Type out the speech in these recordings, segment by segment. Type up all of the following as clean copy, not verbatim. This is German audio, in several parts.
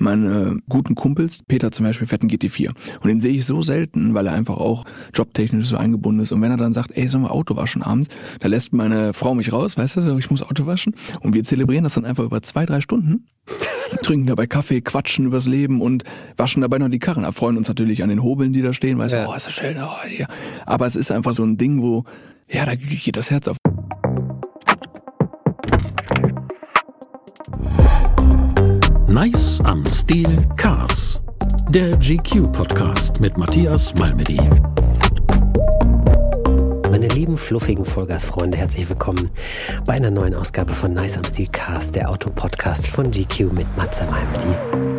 meine guten Kumpels, Peter zum Beispiel, fährt einen GT4. Und den sehe ich so selten, weil er einfach auch jobtechnisch so eingebunden ist. Und wenn er dann sagt, ey, sollen wir Auto waschen abends, da lässt meine Frau mich raus, weißt du, so, ich muss Auto waschen. Und wir zelebrieren das dann einfach über 2-3 Stunden. Trinken dabei Kaffee, quatschen übers Leben und waschen dabei noch die Karren. Erfreuen uns natürlich an den Hobeln, die da stehen, weißt du, oh, ist das schön, oh, ja. Aber es ist einfach so ein Ding, wo, ja, da geht das Herz auf. Nice am Stil Cars. Der GQ-Podcast mit Matthias Malmedy. Meine lieben, fluffigen Vollgasfreunde, herzlich willkommen bei einer neuen Ausgabe von Nice am Stil Cars, der Autopodcast von GQ mit Matze Malmedy.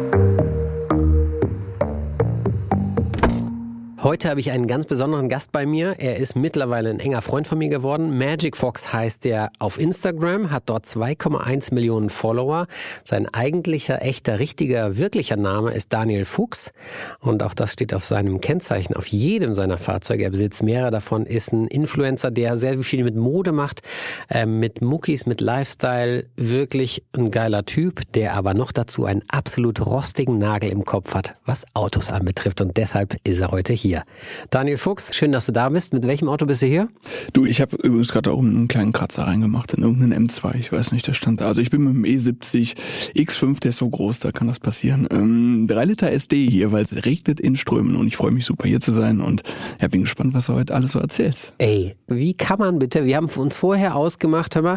Heute habe ich einen ganz besonderen Gast bei mir. Er ist mittlerweile ein enger Freund von mir geworden. Magic Fox heißt er auf Instagram, hat dort 2,1 Millionen Follower. Sein eigentlicher, echter, richtiger, wirklicher Name ist Daniel Fuchs. Und auch das steht auf seinem Kennzeichen, auf jedem seiner Fahrzeuge. Er besitzt mehrere davon, ist ein Influencer, der sehr viel mit Mode macht, mit Muckis, mit Lifestyle. Wirklich ein geiler Typ, der aber noch dazu einen absolut rostigen Nagel im Kopf hat, was Autos anbetrifft. Und deshalb ist er heute hier. Daniel Fuchs, schön, dass du da bist. Mit welchem Auto bist du hier? Du, ich habe übrigens gerade da oben einen kleinen Kratzer reingemacht in irgendeinen M2. Ich weiß nicht, der stand da. Also ich bin mit dem E70 X5, der ist so groß, da kann das passieren. 3 Liter SD hier, weil es regnet in Strömen und ich freue mich super hier zu sein und ja, bin gespannt, was du heute alles so erzählst. Ey, wie kann man bitte, wir haben uns vorher ausgemacht, hör mal,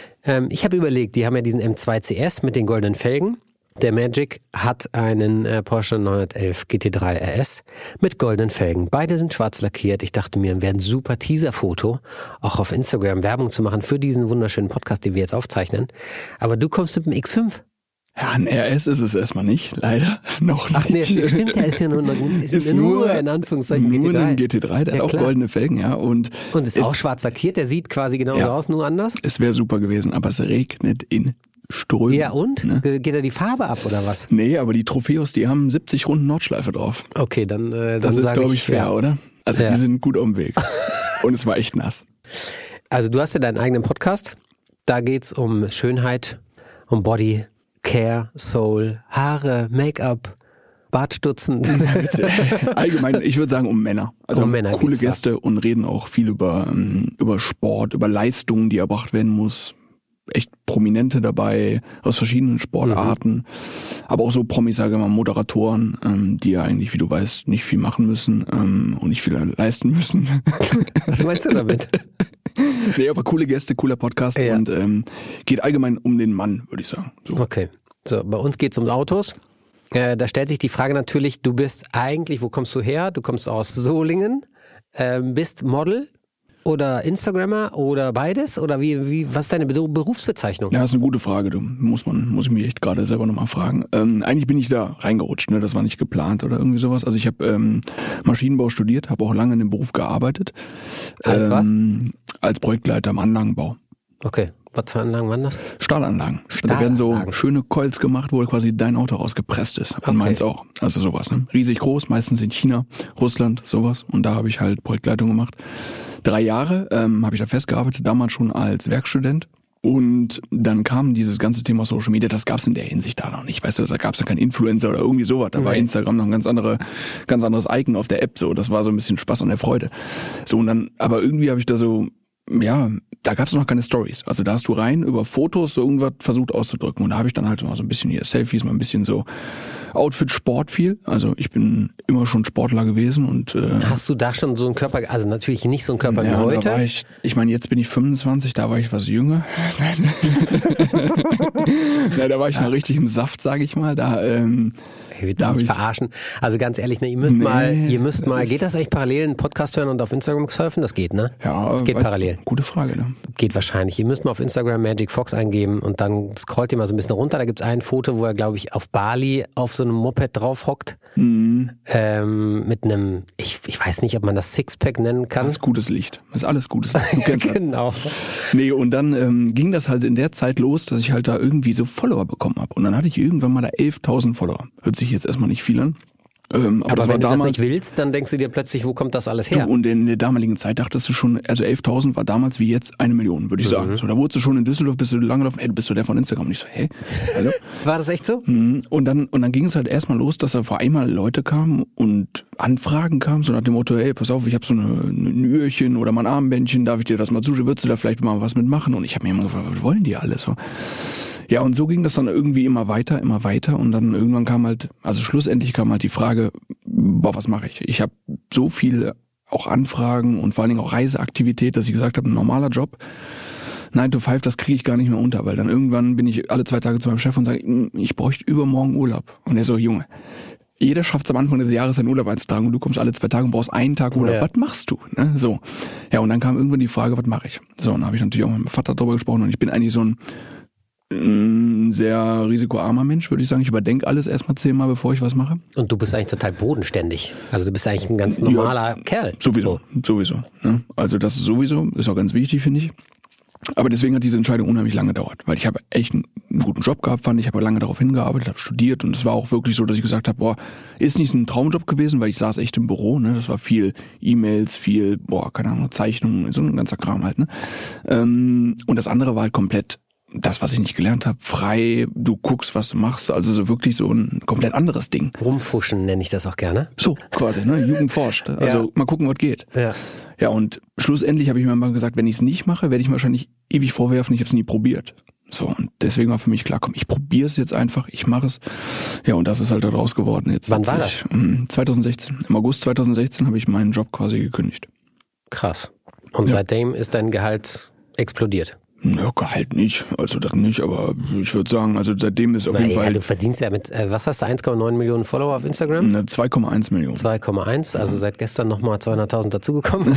ich habe überlegt, die haben ja diesen M2 CS mit den goldenen Felgen. Der Magic hat einen Porsche 911 GT3 RS mit goldenen Felgen. Beide sind schwarz lackiert. Ich dachte mir, wäre ein super Teaser-Foto, auch auf Instagram Werbung zu machen für diesen wunderschönen Podcast, den wir jetzt aufzeichnen. Aber du kommst mit dem X5. Ja, ein RS ist es erstmal nicht, leider. Noch nicht. Ach nee, stimmt, der ist ja nur in Anführungszeichen nur GT3. Ein GT3, der hat auch goldene Felgen, ja. Und ist auch schwarz lackiert, der sieht quasi genauso aus, nur anders. Es wäre super gewesen, aber es regnet in Strömen. Ja und? Ne? Geht da die Farbe ab oder was? Nee, aber die Trophäus, die haben 70 Runden Nordschleife drauf. Okay, dann das ist, glaube ich, fair, ja. Oder? Also die sind gut auf dem Weg. Und es war echt nass. Also du hast ja deinen eigenen Podcast. Da geht's um Schönheit, um Body, Care, Soul, Haare, Make-up, Bartstutzen. Allgemein, ich würde sagen um Männer. Also um Männer coole Gäste und reden auch viel über Sport, über Leistungen, die erbracht werden muss. Echt Prominente dabei aus verschiedenen Sportarten, aber auch so Promis, sage ich mal, Moderatoren, die ja eigentlich, wie du weißt, nicht viel machen müssen und nicht viel leisten müssen. Was meinst du damit? Nee, aber coole Gäste, cooler Podcast und geht allgemein um den Mann, würde ich sagen. So. Okay, so bei uns geht's um Autos. Da stellt sich die Frage natürlich, du bist eigentlich, wo kommst du her? Du kommst aus Solingen, bist Model oder Instagrammer oder beides? Oder was ist deine Berufsbezeichnung? Ja, das ist eine gute Frage. Muss ich mich echt gerade selber nochmal fragen. Eigentlich bin ich da reingerutscht, ne? Das war nicht geplant oder irgendwie sowas. Also ich habe Maschinenbau studiert, habe auch lange in dem Beruf gearbeitet. Als was? Als Projektleiter im Anlagenbau. Okay. Was für Anlagen waren das? Stahlanlagen. Da werden so schöne Coils gemacht, wo quasi dein Auto rausgepresst ist. Und meins auch. Also sowas. Ne? Riesig groß, meistens in China, Russland, sowas. Und da habe ich halt Projektleitung gemacht. 3 Jahre habe ich da festgearbeitet, damals schon als Werkstudent. Und dann kam dieses ganze Thema Social Media, das gab's in der Hinsicht da noch nicht. Weißt du, da gab's ja keinen Influencer oder irgendwie sowas. Da war Instagram noch ein ganz anderes Icon auf der App. So, das war so ein bisschen Spaß an der Freude. So, und dann, aber irgendwie habe ich da so, ja, da gab's noch keine Stories. Also da hast du rein über Fotos so irgendwas versucht auszudrücken. Und da habe ich dann halt mal so ein bisschen hier Selfies, mal ein bisschen so Outfit, Sport viel. Also ich bin immer schon Sportler gewesen und hast du da schon so einen Körper, also natürlich nicht so einen Körper wie heute? Da war ich meine, jetzt bin ich 25, da war ich was jünger. Nein, da war ich noch richtig im Saft, sage ich mal. Da willst du mich verarschen? Also ganz ehrlich, ne, ihr müsst mal, geht das eigentlich parallel einen Podcast hören und auf Instagram surfen? Das geht, ne? Ja. Das geht parallel. Gute Frage, ne? Geht wahrscheinlich. Ihr müsst mal auf Instagram Magic Fox eingeben und dann scrollt ihr mal so ein bisschen runter. Da gibt's ein Foto, wo er, glaube ich, auf Bali auf so einem Moped drauf hockt. Mit einem, ich weiß nicht, ob man das Sixpack nennen kann. Das ist gutes Licht. Das ist alles gutes Licht. Du kennst das. Genau. Nee, und dann ging das halt in der Zeit los, dass ich halt da irgendwie so Follower bekommen habe. Und dann hatte ich irgendwann mal da 11.000 Follower. Hört sich jetzt erstmal nicht viel an. Aber das wenn war du damals, das nicht willst, dann denkst du dir plötzlich, wo kommt das alles her? Und in der damaligen Zeit dachtest du schon, also 11.000 war damals wie jetzt 1 Million, würde ich sagen. So, da wurdest du schon in Düsseldorf, bist du langgelaufen, du bist so der von Instagram. Und ich so, hä? Hallo? War das echt so? Und dann ging es halt erstmal los, dass da vor einmal Leute kamen und Anfragen kamen, so nach dem Motto, hey, pass auf, ich habe so ein Öhrchen oder mal ein Armbändchen, darf ich dir das mal zuschicken, würdest du da vielleicht mal was mitmachen? Und ich habe mir immer gefragt, was wollen die alle so? Ja, und so ging das dann irgendwie immer weiter und dann irgendwann kam halt, also schlussendlich kam halt die Frage, was mache ich? Ich habe so viele auch Anfragen und vor allen Dingen auch Reiseaktivität, dass ich gesagt habe, ein normaler Job, 9 to 5, das kriege ich gar nicht mehr unter, weil dann irgendwann bin ich alle 2 Tage zu meinem Chef und sage, ich bräuchte übermorgen Urlaub. Und er so, Junge, jeder schafft es am Anfang des Jahres, seinen Urlaub einzutragen und du kommst alle 2 Tage und brauchst einen Tag Urlaub. Ja. Was machst du? Ne? So. Ja, und dann kam irgendwann die Frage, was mache ich? So, und dann habe ich natürlich auch mit meinem Vater darüber gesprochen und ich bin eigentlich so ein sehr risikoarmer Mensch, würde ich sagen. Ich überdenke alles erstmal 10-mal, bevor ich was mache. Und du bist eigentlich total bodenständig. Also du bist eigentlich ein ganz normaler Kerl. Sowieso. Ne? Also das ist sowieso, ist auch ganz wichtig, finde ich. Aber deswegen hat diese Entscheidung unheimlich lange gedauert, weil ich habe echt einen guten Job gehabt, fand ich, habe lange darauf hingearbeitet, habe studiert und es war auch wirklich so, dass ich gesagt habe, ist nicht ein Traumjob gewesen, weil ich saß echt im Büro, ne, das war viel E-Mails, viel, keine Ahnung, Zeichnungen, so ein ganzer Kram halt, ne. Und das andere war halt komplett das, was ich nicht gelernt habe, frei, du guckst, was du machst, also so wirklich so ein komplett anderes Ding. Rumfuschen nenne ich das auch gerne. So, quasi, ne, Jugend forscht, also mal gucken, was geht. Ja, und schlussendlich habe ich mir mal gesagt, wenn ich es nicht mache, werde ich mir wahrscheinlich ewig vorwerfen, ich habe es nie probiert. So, und deswegen war für mich klar, komm, ich probiere es jetzt einfach, ich mache es. Ja, und das ist halt daraus geworden. Jetzt wann war das? 2016. Im August 2016 habe ich meinen Job quasi gekündigt. Krass. Und seitdem ist dein Gehalt explodiert? Ja, Gehalt nicht, also das nicht, aber ich würde sagen, also seitdem ist auf jeden Fall... Du verdienst ja mit, was hast du, 1,9 Millionen Follower auf Instagram? 2,1 Millionen. 2,1, also seit gestern nochmal 200.000 dazugekommen.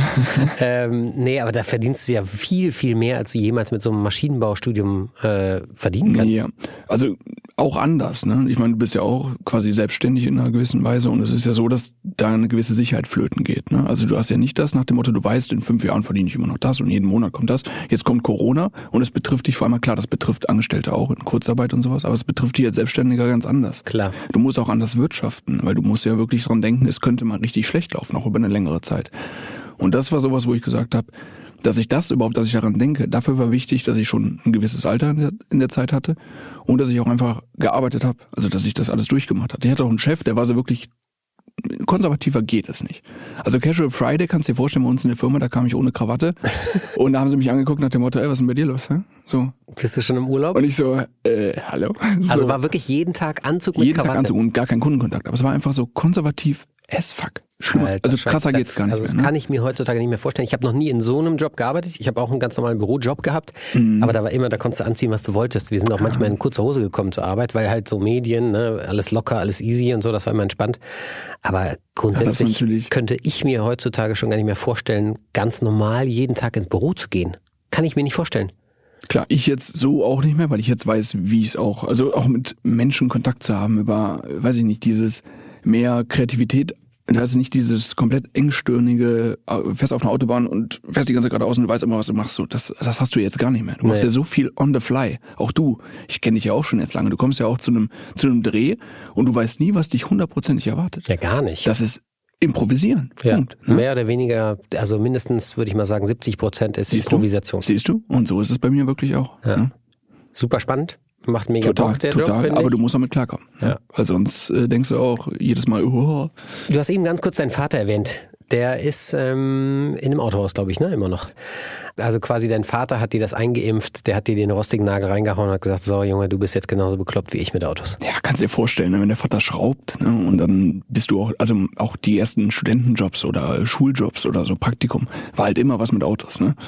Nee, aber da verdienst du ja viel, viel mehr, als du jemals mit so einem Maschinenbaustudium verdienen kannst. Ja, also auch anders, ne? Ich meine, du bist ja auch quasi selbstständig in einer gewissen Weise und es ist ja so, dass da eine gewisse Sicherheit flöten geht, ne? Also du hast ja nicht das nach dem Motto, du weißt, in 5 Jahren verdiene ich immer noch das und jeden Monat kommt das. Jetzt kommt Corona und es betrifft dich vor allem, klar, das betrifft Angestellte auch in Kurzarbeit und sowas, aber es betrifft dich als Selbstständiger ganz anders. Klar. Du musst auch anders wirtschaften, weil du musst ja wirklich dran denken, es könnte mal richtig schlecht laufen, auch über eine längere Zeit. Und das war sowas, wo ich gesagt habe, dass ich daran denke, dafür war wichtig, dass ich schon ein gewisses Alter in der Zeit hatte und dass ich auch einfach gearbeitet habe, also dass ich das alles durchgemacht hatte. Ich hatte auch einen Chef, der war so wirklich, konservativer geht es nicht. Also Casual Friday, kannst du dir vorstellen, bei uns in der Firma, da kam ich ohne Krawatte und da haben sie mich angeguckt nach dem Motto, was ist denn bei dir los? Hä? So. Bist du schon im Urlaub? Und ich so, hallo? So. Also war wirklich jeden Tag Anzug mit Krawatte? Jeden Tag Anzug und gar kein Kundenkontakt, aber es war einfach so konservativ as fuck. Schlimmer. Alter, also krasser geht's gar nicht also mehr. Das kann ich mir heutzutage nicht mehr vorstellen. Ich habe noch nie in so einem Job gearbeitet. Ich habe auch einen ganz normalen Bürojob gehabt. Aber da war immer, da konntest du anziehen, was du wolltest. Wir sind auch manchmal in kurzer Hose gekommen zur Arbeit, weil halt so Medien, ne, alles locker, alles easy und so, das war immer entspannt. Aber grundsätzlich könnte ich mir heutzutage schon gar nicht mehr vorstellen, ganz normal jeden Tag ins Büro zu gehen. Kann ich mir nicht vorstellen. Klar, ich jetzt so auch nicht mehr, weil ich jetzt weiß, wie es auch, also auch mit Menschen Kontakt zu haben über, weiß ich nicht, dieses mehr Kreativität. Da ist nicht dieses komplett engstirnige, fährst auf einer Autobahn und fährst die ganze Zeit geradeaus und du weißt immer, was du machst. So, das hast du jetzt gar nicht mehr. Du machst ja so viel on the fly. Auch du. Ich kenne dich ja auch schon jetzt lange. Du kommst ja auch zu einem Dreh und du weißt nie, was dich 100%ig erwartet. Ja, gar nicht. Das ist Improvisieren. Ja, Punkt. Ne? Mehr oder weniger, also mindestens würde ich mal sagen 70% ist Improvisation. Siehst du? Und so ist es bei mir wirklich auch. Ja. Ne? Super spannend. Macht mega Bock, der Job, finde ich. Aber du musst damit klarkommen. Ja. Weil sonst denkst du auch jedes Mal, oh. Du hast eben ganz kurz deinen Vater erwähnt. Der ist in einem Autohaus, glaube ich, ne? Immer noch. Also quasi dein Vater hat dir das eingeimpft, der hat dir den rostigen Nagel reingehauen und hat gesagt, so Junge, du bist jetzt genauso bekloppt wie ich mit Autos. Ja, kannst dir vorstellen, ne? Wenn der Vater schraubt, ne? Und dann bist du auch, also auch die ersten Studentenjobs oder Schuljobs oder so, Praktikum, war halt immer was mit Autos, ne?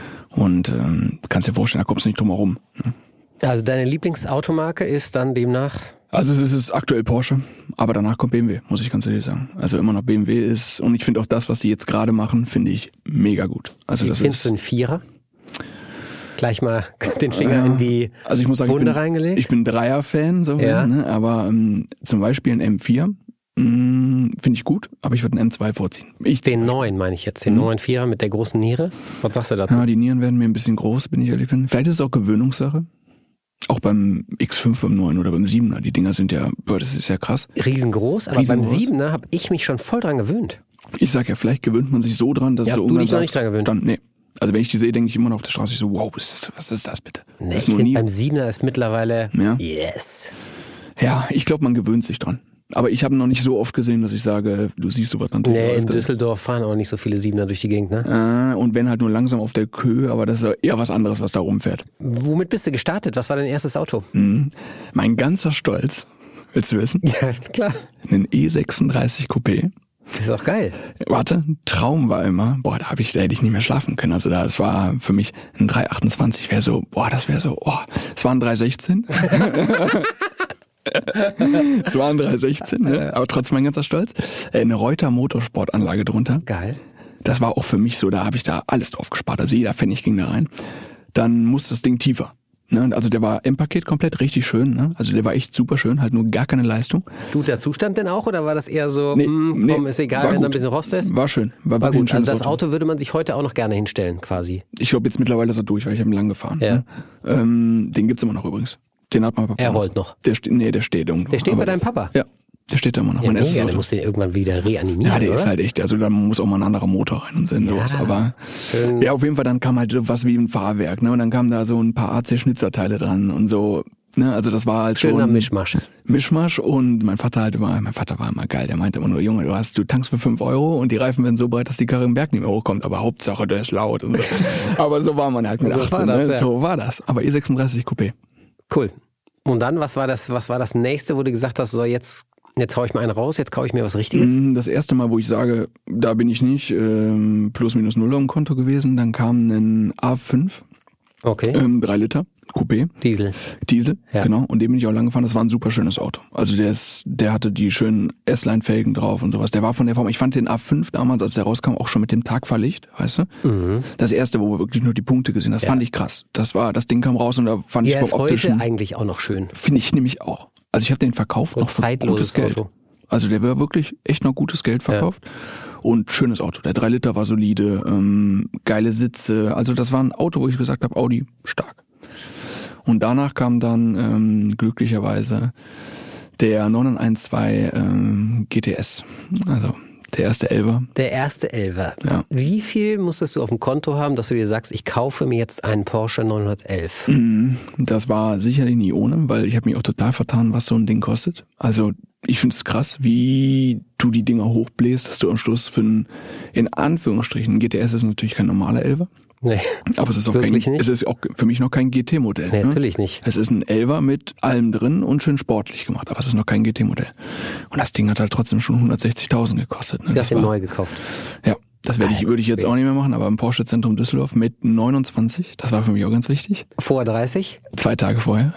Und kannst dir vorstellen, da kommst du nicht drum herum. Ne? Also deine Lieblingsautomarke ist dann demnach? Also es ist aktuell Porsche, aber danach kommt BMW, muss ich ganz ehrlich sagen. Also immer noch BMW ist, und ich finde auch das, was die jetzt gerade machen, finde ich mega gut. Also das findest du einen Vierer? Gleich mal den Finger in die also ich muss sagen, Wunde reingelegt? Ich bin Dreier-Fan, so, ne? Aber zum Beispiel ein M4 finde ich gut, aber ich würde einen M2 vorziehen. Den neuen meine ich jetzt, den neuen Vierer mit der großen Niere. Was sagst du dazu? Ja, die Nieren werden mir ein bisschen groß, bin ich ehrlich bin. Vielleicht ist es auch Gewöhnungssache. Auch beim X5, beim 9 oder beim 7er, die Dinger sind ja, das ist ja krass. Riesengroß, aber beim 7er habe ich mich schon voll dran gewöhnt. Ich sag ja, vielleicht gewöhnt man sich so dran, dass so du dich noch nicht dran gewöhnt. Nee. Also wenn ich die sehe, denke ich immer noch auf der Straße, ich so, wow, was ist das bitte? Nee, ich finde beim 7er ist mittlerweile, yes. Ja, ich glaube, man gewöhnt sich dran. Aber ich habe noch nicht so oft gesehen, dass ich sage, du siehst sowas natürlich. Nee, in Düsseldorf fahren auch nicht so viele 7er durch die Gegend, ne? Und wenn halt nur langsam auf der Köhe, aber das ist eher was anderes, was da rumfährt. Womit bist du gestartet? Was war dein erstes Auto? Mein ganzer Stolz, willst du wissen? Ja, klar. Einen E36 Coupé. Das ist auch geil. Warte, Traum war immer, da hätte ich nicht mehr schlafen können. Also das war für mich ein 328 wäre so, es war ein 316. Es war ein 316, ne? Aber trotzdem mein ganzer Stolz. Eine Reuter Motorsportanlage drunter. Geil. Das war auch für mich so, da habe ich da alles drauf gespart. Also jeder Pfennig ging da rein. Dann musste das Ding tiefer. Ne? Also der war im Paket komplett richtig schön. Ne? Also der war echt super schön, halt nur gar keine Leistung. Tut der Zustand denn auch oder war das eher so, nee, ist egal, wenn da ein bisschen Rost ist? War schön. War gut. Also das Auto würde man sich heute auch noch gerne hinstellen quasi. Ich glaube jetzt mittlerweile ist er durch, weil ich habe ihn lang gefahren. Ja. Ne? Den gibt's immer noch übrigens. Den hat mein Papa. Er rollt noch. Der steht irgendwo. Der steht bei deinem Papa? Ja. Der steht da immer noch. Ja, der muss den irgendwann wieder reanimieren, ja, der oder? ist halt echt, also da muss auch mal ein anderer Motor rein und sowas. Aber schön. Ja, auf jeden Fall, dann kam halt was wie ein Fahrwerk, ne? Und dann kamen da so ein paar AC-Schnitzerteile dran und so. Ne? Also das war halt schöner schon Mischmasch. Und mein Vater war immer geil. Der meinte immer nur, Junge, du tankst für 5 € und die Reifen werden so breit, dass die Karre im Berg nicht mehr hochkommt. Aber Hauptsache, der ist laut und so. Aber so war man halt mit 18. So war das. Aber E36 Coupé. Cool. Und dann, was war das nächste, wo du gesagt hast, so jetzt hau ich mal einen raus, jetzt kaufe ich mir was Richtiges? Das erste Mal, wo ich sage, da bin ich nicht plus minus null auf dem Konto gewesen, dann kam ein A5. Okay. 3 Liter, Coupé. Diesel, ja. Genau. Und den bin ich auch lang gefahren. Das war ein super schönes Auto. Also der hatte die schönen S-Line-Felgen drauf und sowas. Der war von der Form, ich fand den A5 damals, als der rauskam, auch schon mit dem Tagfahrlicht, weißt du? Mhm. Das erste, wo wir wirklich nur die Punkte gesehen haben, das fand ich krass. Das Ding kam raus und da fand ich vom optischen. Ist heute eigentlich auch noch schön. Finde ich nämlich auch. Also ich habe den verkauft noch für gutes Geld. Auto. Also der war wirklich echt noch gutes Geld verkauft. Ja. Und schönes Auto. Der 3 Liter war solide, geile Sitze. Also das war ein Auto, wo ich gesagt habe, Audi, stark. Und danach kam dann glücklicherweise der 912 GTS. Also der erste 11er. Der erste 11er. Ja. Wie viel musstest du auf dem Konto haben, dass du dir sagst, ich kaufe mir jetzt einen Porsche 911? Das war sicherlich nie ohne, weil ich habe mich auch total vertan, was so ein Ding kostet. Also ich finde es krass, wie du die Dinger hochbläst, dass du am Schluss für einen, in Anführungsstrichen, GTS ist natürlich kein normaler 11er. Nee. Aber es ist auch für mich noch kein GT-Modell. Nee, natürlich nicht. Es ist ein 11er mit allem drin und schön sportlich gemacht, aber es ist noch kein GT-Modell. Und das Ding hat halt trotzdem schon 160.000 gekostet. Ne? Du hast den neu gekauft. Ja, das würde ich jetzt auch nicht mehr machen, aber im Porsche Zentrum Düsseldorf mit 29, das war für mich auch ganz wichtig. Vor 30? 2 Tage vorher.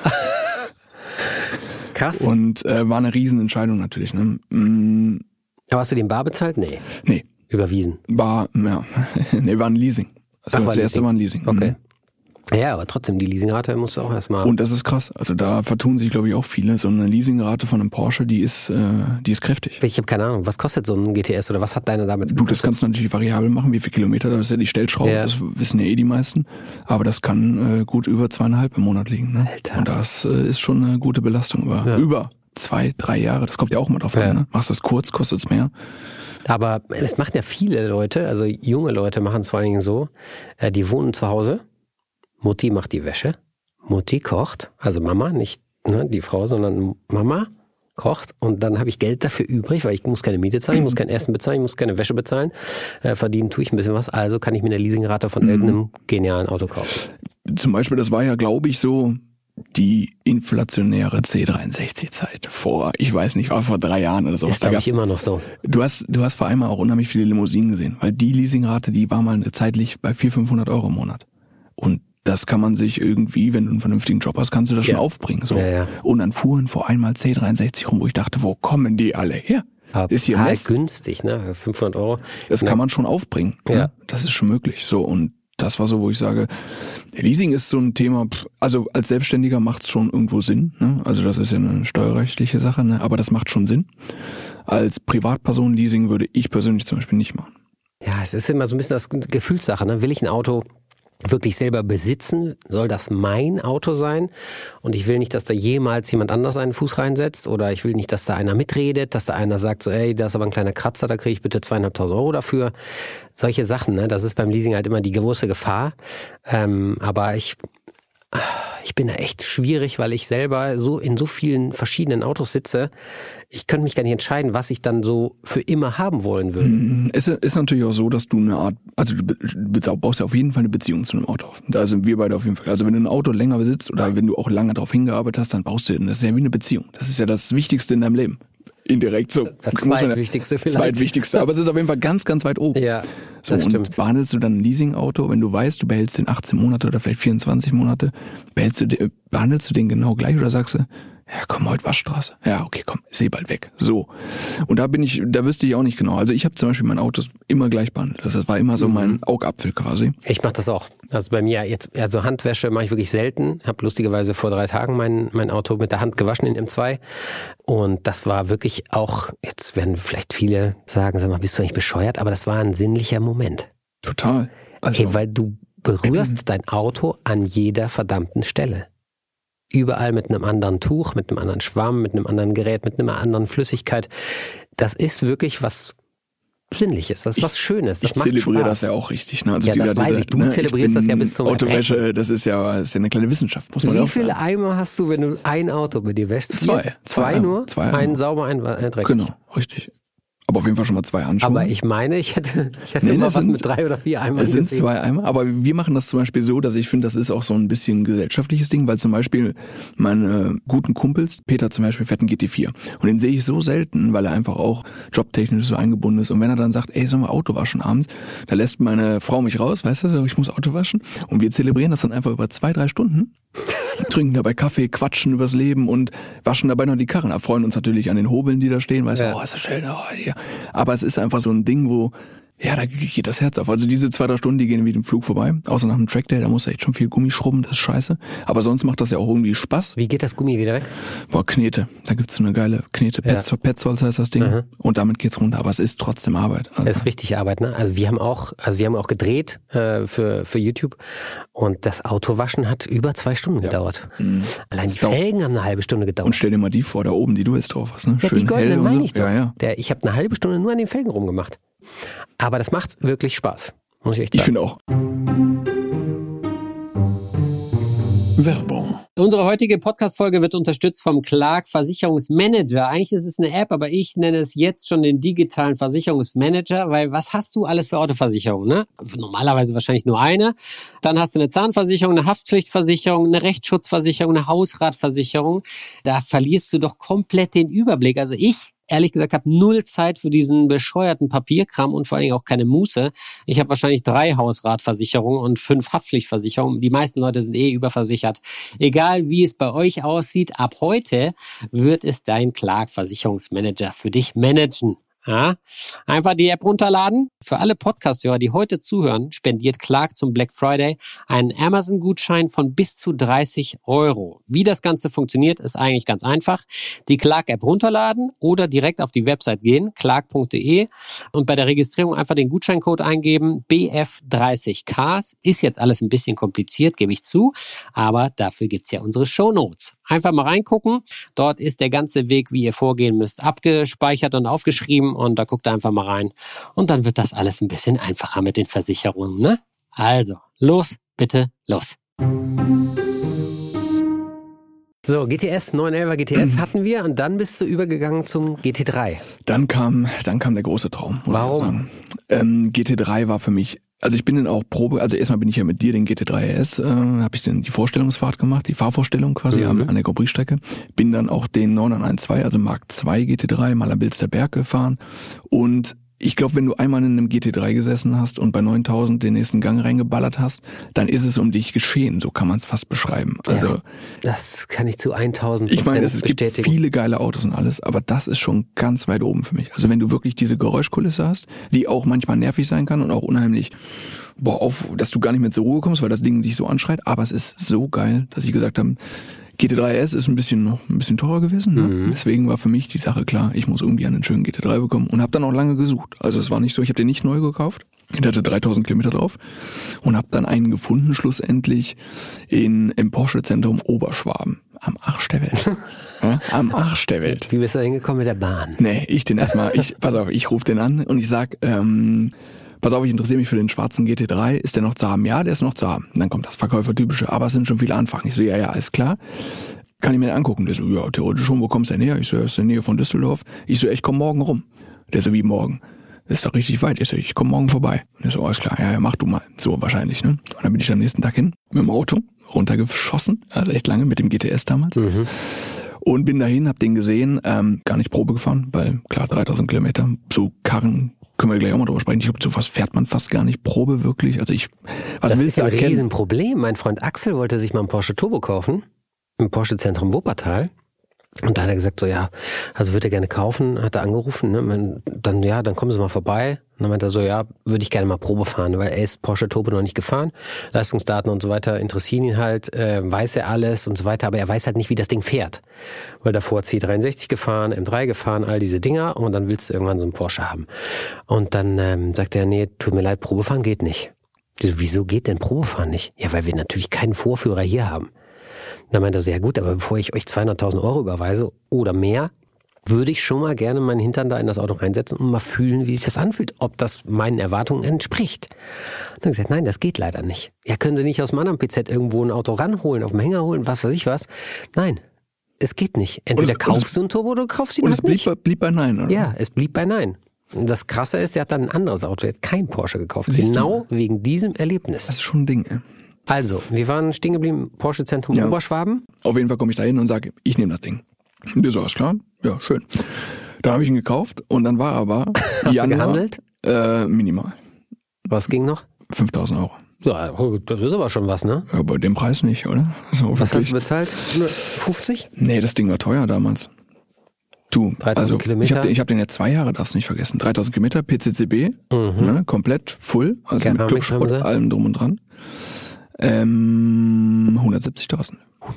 Krass. Und war eine Riesenentscheidung natürlich. Ne? Aber hast du den bar bezahlt? Nee. Überwiesen? War ein Leasing. Also das erste war ein Leasing. Okay. Ja, aber trotzdem, die Leasingrate musst du auch erstmal... Und das ist krass. Also da vertun sich, glaube ich, auch viele. So eine Leasingrate von einem Porsche, die ist kräftig. Ich habe keine Ahnung, was kostet so ein GTS oder was hat deine damit gekostet? Das kannst du natürlich variabel machen, wie viele Kilometer, das ist ja die Stellschraube, das wissen ja die meisten. Aber das kann gut über 2,5 im Monat liegen. Ne? Alter. Und das ist schon eine gute Belastung. Über 2-3 Jahre, das kommt ja auch immer drauf an. Ne? Machst du es kurz, kostet es mehr. Aber es machen ja viele Leute, also junge Leute machen es vor allen Dingen so, die wohnen zu Hause, Mutti macht die Wäsche, Mutti kocht, also Mama, nicht die Frau, sondern Mama kocht und dann habe ich Geld dafür übrig, weil ich muss keine Miete zahlen, ich muss kein Essen bezahlen, ich muss keine Wäsche bezahlen, verdienen tue ich ein bisschen was, also kann ich mir eine Leasingrate von irgendeinem genialen Auto kaufen. Zum Beispiel, das war ja, glaube ich, so die inflationäre C63-Zeit vor, ich weiß nicht, war vor 3 Jahren oder sowas. Ist, glaube ich, immer noch so. Du hast vor allem auch unheimlich viele Limousinen gesehen, weil die Leasingrate, die war mal zeitlich bei 400-500 € im Monat. Und das kann man sich irgendwie, wenn du einen vernünftigen Job hast, kannst du das schon aufbringen. So. Ja. Und dann fuhren vor einmal C63 rum, wo ich dachte, wo kommen die alle her? Aber ist hier total günstig, ne? 500 €. Das kann man schon aufbringen. Ja. Ne? Das ist schon möglich. So, und das war so, wo ich sage, Leasing ist so ein Thema, also als Selbstständiger macht es schon irgendwo Sinn. Ne? Also das ist ja eine steuerrechtliche Sache, ne? Aber das macht schon Sinn. Als Privatperson Leasing würde ich persönlich zum Beispiel nicht machen. Ja, es ist immer so ein bisschen das Gefühlssache. Ne? Will ich ein Auto, wirklich selber besitzen, soll das mein Auto sein und ich will nicht, dass da jemals jemand anders einen Fuß reinsetzt oder ich will nicht, dass da einer mitredet, dass da einer sagt so, ey, da ist aber ein kleiner Kratzer, da kriege ich bitte 2.500 Euro dafür. Solche Sachen, ne? Das ist beim Leasing halt immer die große Gefahr, aber ich bin da echt schwierig, weil ich selber so in so vielen verschiedenen Autos sitze. Ich könnte mich gar nicht entscheiden, was ich dann so für immer haben wollen würde. Es ist natürlich auch so, dass du eine Art, also du baust ja auf jeden Fall eine Beziehung zu einem Auto auf. Da sind wir beide auf jeden Fall. Also wenn du ein Auto länger besitzt oder wenn du auch lange darauf hingearbeitet hast, dann baust du, das ist ja wie eine Beziehung. Das ist ja das Wichtigste in deinem Leben. Indirekt so. Das Zweitwichtigste vielleicht. Zweitwichtigste, aber es ist auf jeden Fall ganz, ganz weit oben. Ja, so, das stimmt. Und behandelst du dann ein Leasing-Auto, wenn du weißt, du behältst den 18 Monate oder vielleicht 24 Monate, behandelst du den genau gleich oder sagst du, ja komm, heute Waschstraße. Ja, okay, komm, ist eh bald weg. So. Und da wüsste ich auch nicht genau. Also ich habe zum Beispiel mein Auto immer gleich behandelt. Das war immer so mein Augapfel quasi. Ich mache das auch. Also bei mir jetzt, also Handwäsche mache ich wirklich selten. Habe lustigerweise vor 3 Tagen mein Auto mit der Hand gewaschen in M2. Und das war wirklich auch, jetzt werden vielleicht viele sagen, sag mal, bist du eigentlich bescheuert? Aber das war ein sinnlicher Moment. Total. Also, weil du berührst dein Auto an jeder verdammten Stelle. Überall mit einem anderen Tuch, mit einem anderen Schwamm, mit einem anderen Gerät, mit einer anderen Flüssigkeit. Das ist wirklich was Sinnliches, das ist was Schönes. Das ich zelebriere das ja auch richtig. Ne? Also ja, das weiß ich. Du zelebrierst das ja bis zum Autowäsche, das ist ja eine kleine Wissenschaft, muss man ja auch sagen. Wie viele Eimer hast du, wenn du ein Auto bei dir wäschst? 2. 2 nur? 2 einen sauber, einen dreckig. Genau, richtig. Aber auf jeden Fall schon mal 2 Handschuhe. Aber ich meine, ich hätte immer was mit 3 oder 4 Eimern gesehen. Es sind 2 Eimer, aber wir machen das zum Beispiel so, dass ich finde, das ist auch so ein bisschen gesellschaftliches Ding, weil zum Beispiel meine guten Kumpels, Peter zum Beispiel, fährt einen GT4. Und den sehe ich so selten, weil er einfach auch jobtechnisch so eingebunden ist. Und wenn er dann sagt, ey, sollen wir Auto waschen abends, da lässt meine Frau mich raus, weißt du, so, ich muss Auto waschen. Und wir zelebrieren das dann einfach über 2-3 Stunden. Trinken dabei Kaffee, quatschen übers Leben und waschen dabei noch die Karren. Erfreuen uns natürlich an den Hobeln, die da stehen, weißt du, oh, ist das schön, oh, ja. Aber es ist einfach so ein Ding, wo, ja, da geht das Herz auf. Also diese 2-3 Stunden, die gehen wie dem Flug vorbei. Außer nach dem Trackday, da muss echt schon viel Gummi schrubben, das ist scheiße. Aber sonst macht das ja auch irgendwie Spaß. Wie geht das Gummi wieder weg? Boah, Knete. Da gibt's so eine geile Knete. Ja. Petzholz heißt das Ding. Mhm. Und damit geht's runter. Aber es ist trotzdem Arbeit. Also. Das ist richtig Arbeit, ne? Also wir haben auch gedreht für YouTube. Und das Autowaschen hat über 2 Stunden gedauert. Mhm. Allein die Felgen haben eine halbe Stunde gedauert. Und stell dir mal die vor, da oben, die du jetzt drauf hast, ne? Ja, schön die goldenen meine ich doch. Ja. Ich habe eine halbe Stunde nur an den Felgen rumgemacht. Aber das macht wirklich Spaß, muss ich echt sagen. Ich finde auch. Werbung. Unsere heutige Podcast-Folge wird unterstützt vom Clark Versicherungsmanager. Eigentlich ist es eine App, aber ich nenne es jetzt schon den digitalen Versicherungsmanager, weil was hast du alles für Autoversicherung, ne? Normalerweise wahrscheinlich nur eine. Dann hast du eine Zahnversicherung, eine Haftpflichtversicherung, eine Rechtsschutzversicherung, eine Hausratversicherung. Da verlierst du doch komplett den Überblick. Also ich ehrlich gesagt, habe 0 Zeit für diesen bescheuerten Papierkram und vor allen Dingen auch keine Muße. Ich habe wahrscheinlich 3 Hausratversicherungen und 5 Haftpflichtversicherungen. Die meisten Leute sind überversichert. Egal wie es bei euch aussieht, ab heute wird es dein Clark Versicherungsmanager für dich managen. Ja, einfach die App runterladen. Für alle Podcast-Hörer, die heute zuhören, spendiert Clark zum Black Friday einen Amazon-Gutschein von bis zu 30 €. Wie das Ganze funktioniert, ist eigentlich ganz einfach. Die Clark-App runterladen oder direkt auf die Website gehen, clark.de, und bei der Registrierung einfach den Gutscheincode eingeben, BF30Ks. Ist jetzt alles ein bisschen kompliziert, gebe ich zu, aber dafür gibt's ja unsere Shownotes. Einfach mal reingucken. Dort ist der ganze Weg, wie ihr vorgehen müsst, abgespeichert und aufgeschrieben, und da guckt ihr einfach mal rein. Und dann wird das alles ein bisschen einfacher mit den Versicherungen, ne? Also, los, bitte, los. So, GTS, 911er GTS hatten wir, und dann bist du übergegangen zum GT3. Dann kam der große Traum. Warum? GT3 war für mich, also ich bin dann auch also erstmal bin ich ja mit dir den GT3 RS, habe ich dann die Vorstellungsfahrt gemacht, die Fahrvorstellung quasi an der Grand Prix Strecke. Bin dann auch den 912, also Mark II GT3, Malerbilster Berg gefahren, und ich glaube, wenn du einmal in einem GT3 gesessen hast und bei 9000 den nächsten Gang reingeballert hast, dann ist es um dich geschehen. So kann man es fast beschreiben. Also, ja, das kann ich zu 1000% ich meine, es bestätigen. gibt viele geile Autos und alles, aber das ist schon ganz weit oben für mich. Also wenn du wirklich diese Geräuschkulisse hast, die auch manchmal nervig sein kann und auch unheimlich, dass du gar nicht mehr zur Ruhe kommst, weil das Ding dich so anschreit, aber es ist so geil, dass ich gesagt habe, GT3 RS ist ein bisschen teurer gewesen. Ne? Deswegen war für mich die Sache klar, ich muss irgendwie einen schönen GT3 bekommen und habe dann auch lange gesucht. Also es war nicht so, ich habe den nicht neu gekauft. Ich hatte 3000 Kilometer drauf und habe dann einen gefunden schlussendlich im Porsche-Zentrum Oberschwaben. Am Arsch der Welt. Ja, am Arsch der Welt. Wie bist du da hingekommen mit der Bahn? Nee, pass auf, ich rufe den an und ich sag, pass auf, ich interessiere mich für den schwarzen GT3. Ist der noch zu haben? Ja, der ist noch zu haben. Und dann kommt das Verkäufertypische, aber es sind schon viele Anfragen. Ich so, ja, ist klar. Kann ich mir den angucken? Der so, ja, theoretisch schon, wo kommst du denn her? Ich so, ja, ist in der Nähe von Düsseldorf. Ich so, ich komm morgen rum. Der so, wie morgen? Das ist doch richtig weit. Ich so, ich komme morgen vorbei. Und der so, alles klar, ja, mach du mal. So wahrscheinlich, ne? Und dann bin ich am nächsten Tag hin, mit dem Auto, runtergeschossen. Also echt lange, mit dem GTS damals. Und bin dahin, hab den gesehen, gar nicht Probe gefahren, weil klar, 3000 Kilometer, so Karren, können wir gleich auch mal drüber sprechen. Ich glaube, sowas fährt man fast gar nicht Probe wirklich. Also das ist ja ein Riesenproblem. Mein Freund Axel wollte sich mal einen Porsche Turbo kaufen, im Porsche-Zentrum Wuppertal. Und da hat er gesagt, so ja, also würde er gerne kaufen, hat er angerufen, ne? Dann kommen Sie mal vorbei. Und dann meinte er so, ja, würde ich gerne mal Probe fahren, weil er ist Porsche Turbo noch nicht gefahren. Leistungsdaten und so weiter interessieren ihn halt, weiß er alles und so weiter, aber er weiß halt nicht, wie das Ding fährt. Weil davor C63 gefahren, M3 gefahren, all diese Dinger und dann willst du irgendwann so einen Porsche haben. Und dann sagt er, nee, tut mir leid, Probefahren geht nicht. Ich so, wieso geht denn Probefahren nicht? Ja, weil wir natürlich keinen Vorführer hier haben. Dann meinte er so, ja gut, aber bevor ich euch 200.000 Euro überweise oder mehr, würde ich schon mal gerne meinen Hintern da in das Auto reinsetzen und mal fühlen, wie sich das anfühlt, ob das meinen Erwartungen entspricht. Und dann gesagt, nein, das geht leider nicht. Ja, können Sie nicht aus dem anderen PZ irgendwo ein Auto ranholen, auf dem Hänger holen, was weiß ich was? Nein, es geht nicht. Entweder kaufst du ein Turbo oder kaufst ihn halt nicht. Und es blieb bei Nein, oder? Ja, es blieb bei Nein. Und das Krasse ist, der hat dann ein anderes Auto, er hat kein Porsche gekauft. Genau wegen diesem Erlebnis. Das ist schon ein Ding, ey. Also, wir waren stehen geblieben, Porsche-Zentrum Oberschwaben. Auf jeden Fall komme ich da hin und sage, ich nehme das Ding. Und der so, alles klar, ja, schön. Da habe ich ihn gekauft und dann war aber Hast du gehandelt? Minimal. Was ging noch? 5.000 Euro. Ja, das ist aber schon was, ne? Ja, bei dem Preis nicht, oder? So, was hast du bezahlt? 50? Nee, das Ding war teuer damals. Du, 3000 Kilometer. Ich hab den jetzt 2 Jahre, darfst nicht vergessen. 3000 Kilometer, PCCB, ne, komplett full, also Keramik mit Clubsport, allem drum und dran. 170.000.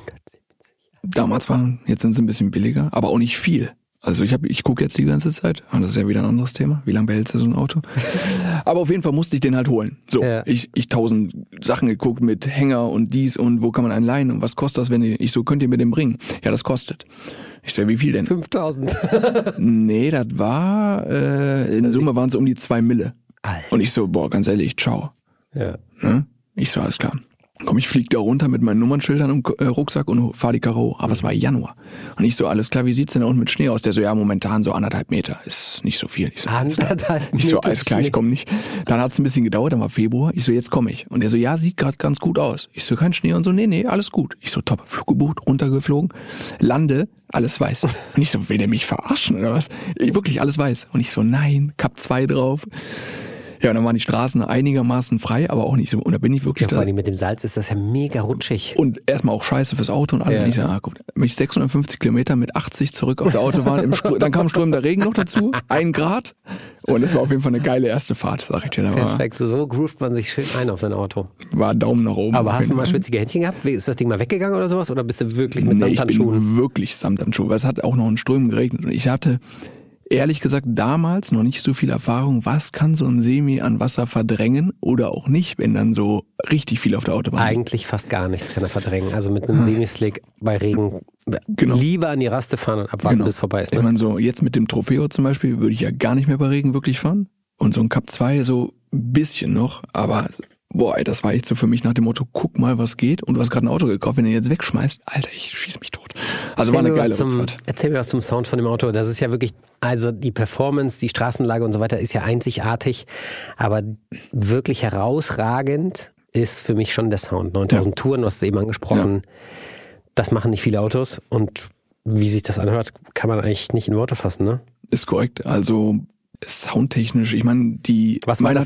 Damals waren, jetzt sind sie ein bisschen billiger, aber auch nicht viel. Also ich gucke jetzt die ganze Zeit, und das ist ja wieder ein anderes Thema, wie lange behältst du so ein Auto? Aber auf jeden Fall musste ich den halt holen. So, ja. Ich 1000 Sachen geguckt mit Hänger und dies und wo kann man einen leihen und was kostet das, könnt ihr mir den bringen? Ja, das kostet. Ich so, wie viel denn? 5.000. Nee, das war, in Summe waren es um die 2 Mille. Alter. Und ich so, ganz ehrlich, ciao. Ja. Ne? Ich so, alles klar. Komm, ich flieg da runter mit meinen Nummernschildern im Rucksack und fahr die Karre hoch. Aber es war Januar. Und ich so, alles klar, wie sieht's denn da unten mit Schnee aus? Der so, ja, momentan so 1,5 Meter. Ist nicht so viel. Ich so, 1,5 Meter? Ich so, alles klar, ich komme nicht. Dann hat's ein bisschen gedauert, dann war Februar. Ich so, jetzt komme ich. Und der so, ja, sieht gerade ganz gut aus. Ich so, kein Schnee und so, nee, alles gut. Ich so, top, Flug gebucht, runtergeflogen, lande, alles weiß. Und ich so, will der mich verarschen oder was? Wirklich alles weiß. Und ich so, nein, Cup 2 drauf. Ja, und dann waren die Straßen einigermaßen frei, aber auch nicht so. Und da bin ich wirklich da. Vor allem mit dem Salz ist das ja mega rutschig. Und erstmal auch scheiße fürs Auto und alles. Ja. Und ich sage, gut, bin ich 650 Kilometer mit 80 zurück auf der Autobahn. Dann kam strömender Regen noch dazu, 1 Grad. Und es war auf jeden Fall eine geile erste Fahrt, sag ich dir. Perfekt, so groovt man sich schön ein auf sein Auto. War Daumen nach oben. Aber hast du mal schwitzige Händchen gehabt? Ist das Ding mal weggegangen oder sowas? Oder bist du wirklich mit Samthandschuhen? Ich bin wirklich Samthandschuhen, weil es hat auch noch in Strömen geregnet. Und ich hatte ehrlich gesagt damals noch nicht so viel Erfahrung, was kann so ein Semi an Wasser verdrängen oder auch nicht, wenn dann so richtig viel auf der Autobahn ist. Eigentlich fast gar nichts kann er verdrängen. Also mit einem Semi-Slick bei Regen lieber an die Raste fahren und abwarten, bis es vorbei ist. Ne? Ich meine, so jetzt mit dem Trofeo zum Beispiel würde ich ja gar nicht mehr bei Regen wirklich fahren. Und so ein Cup 2 so ein bisschen noch, aber das war echt so für mich nach dem Motto, guck mal, was geht. Und du hast gerade ein Auto gekauft, wenn du jetzt wegschmeißt, Alter, ich schieß mich tot. Also war eine geile Rückfahrt. Erzähl mir was zum Sound von dem Auto. Das ist ja wirklich, also die Performance, die Straßenlage und so weiter ist ja einzigartig. Aber wirklich herausragend ist für mich schon der Sound. 9000 Touren, du hast es eben angesprochen. Ja. Das machen nicht viele Autos. Und wie sich das anhört, kann man eigentlich nicht in Worte fassen, ne? Ist korrekt. Also soundtechnisch, ich meine, Was war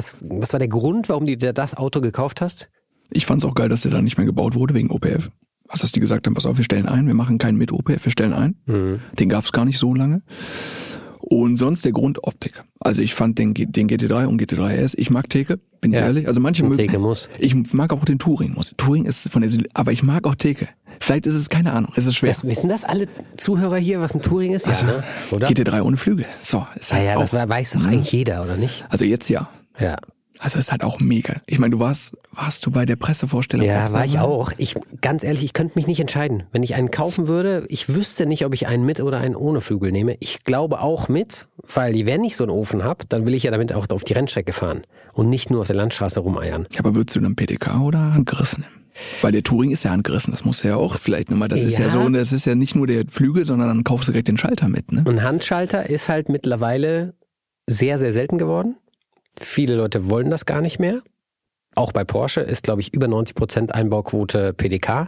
der Grund, warum du dir das Auto gekauft hast? Ich fand's auch geil, dass der da nicht mehr gebaut wurde wegen OPF. Was hast du gesagt haben, pass auf, wir stellen ein, wir machen keinen mit OPF, wir stellen ein. Mhm. Den gab's gar nicht so lange. Und sonst der Grund Optik. Also ich fand den GT3 und GT3 RS, ich mag Theke, bin ich ehrlich. Also manche mögen, Theke muss. Ich mag auch den Touring. Touring ist aber ich mag auch Theke. Vielleicht ist es, keine Ahnung, es ist schwer. Wissen das alle Zuhörer hier, was ein Touring ist? Also, ja, ne? Oder? GT3 ohne Flügel. So, ist halt das weiß doch eigentlich jeder, oder nicht? Also jetzt ja. Ja. Also ist halt auch mega. Ich meine, warst du bei der Pressevorstellung? Ja, war ich auch. Ganz ehrlich, ich könnte mich nicht entscheiden. Wenn ich einen kaufen würde, ich wüsste nicht, ob ich einen mit oder einen ohne Flügel nehme. Ich glaube auch mit, weil wenn ich so einen Ofen habe, dann will ich ja damit auch auf die Rennstrecke fahren und nicht nur auf der Landstraße rumeiern. Ja, aber würdest du dann PDK oder handgerissen nehmen? Weil der Touring ist ja handgerissen, das muss ja auch vielleicht nochmal, das ist ja so, das ist ja nicht nur der Flügel, sondern dann kaufst du direkt den Schalter mit, ne? Und Handschalter ist halt mittlerweile sehr, sehr selten geworden. Viele Leute wollen das gar nicht mehr. Auch bei Porsche ist, glaube ich, über 90% Einbauquote PDK.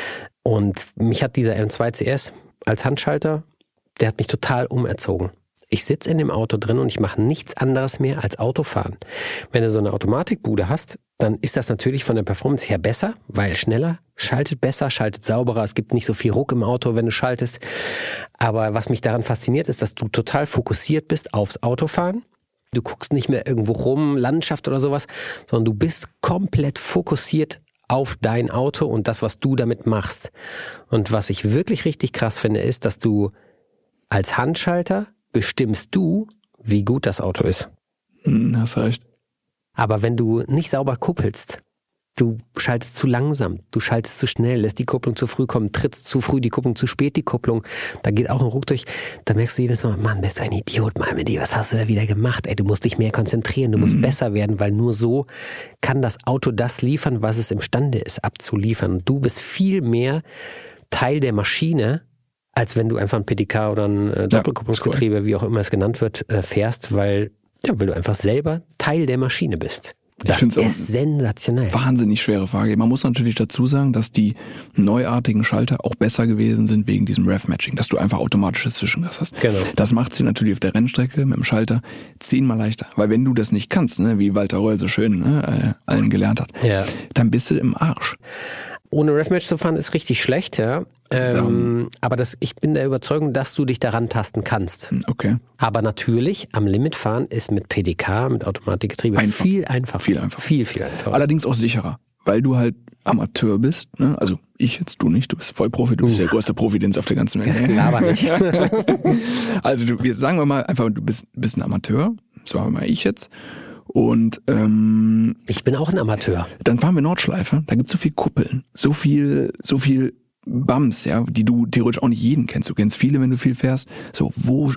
Und mich hat dieser M2 CS als Handschalter, der hat mich total umerzogen. Ich sitze in dem Auto drin und ich mache nichts anderes mehr als Autofahren. Wenn du so eine Automatikbude hast, dann ist das natürlich von der Performance her besser, weil schneller, schaltet besser, schaltet sauberer. Es gibt nicht so viel Ruck im Auto, wenn du schaltest. Aber was mich daran fasziniert, ist, dass du total fokussiert bist aufs Autofahren. Du guckst nicht mehr irgendwo rum, Landschaft oder sowas, sondern du bist komplett fokussiert auf dein Auto und das, was du damit machst. Und was ich wirklich richtig krass finde, ist, dass du als Handschalter bestimmst du, wie gut das Auto ist. Hast recht. Aber wenn du nicht sauber kuppelst, du schaltest zu langsam, du schaltest zu schnell, lässt die Kupplung zu früh kommen, trittst zu früh die Kupplung, zu spät die Kupplung, da geht auch ein Ruck durch, da merkst du jedes Mal, Mann, bist du ein Idiot, Malmedy, was hast du da wieder gemacht? Ey, du musst dich mehr konzentrieren, du musst besser werden, weil nur so kann das Auto das liefern, was es imstande ist abzuliefern. Und du bist viel mehr Teil der Maschine, als wenn du einfach ein PDK oder ein Doppelkupplungsgetriebe, wie auch immer es genannt wird, fährst, weil du einfach selber Teil der Maschine bist. Das ist sensationell. Wahnsinnig schwere Frage. Man muss natürlich dazu sagen, dass die neuartigen Schalter auch besser gewesen sind wegen diesem Rev-Matching, dass du einfach automatisches Zwischengas hast. Genau. Das macht sie natürlich auf der Rennstrecke mit dem Schalter 10-mal leichter. Weil wenn du das nicht kannst, ne, wie Walter Röll so schön allen gelernt hat, dann bist du im Arsch. Ohne Rev-Match zu fahren ist richtig schlecht, ja. Aber ich bin der Überzeugung, dass du dich daran tasten kannst. Okay. Aber natürlich, am Limit fahren ist mit PDK, mit Automatikgetriebe viel einfacher. Viel einfacher. Viel einfacher. Allerdings auch sicherer, weil du halt Amateur bist. Ne? Also ich jetzt, du nicht, du bist Vollprofi, du bist der größte Profi, den es auf der ganzen Welt gibt. Aber nicht. Also sagen wir mal einfach, du bist ein Amateur, sagen wir mal ich jetzt. Und ich bin auch ein Amateur. Dann fahren wir Nordschleife, da gibt's so viel Kuppeln, so viel Bums, ja, die du theoretisch auch nicht jeden kennst. Du kennst viele, wenn du viel fährst. So,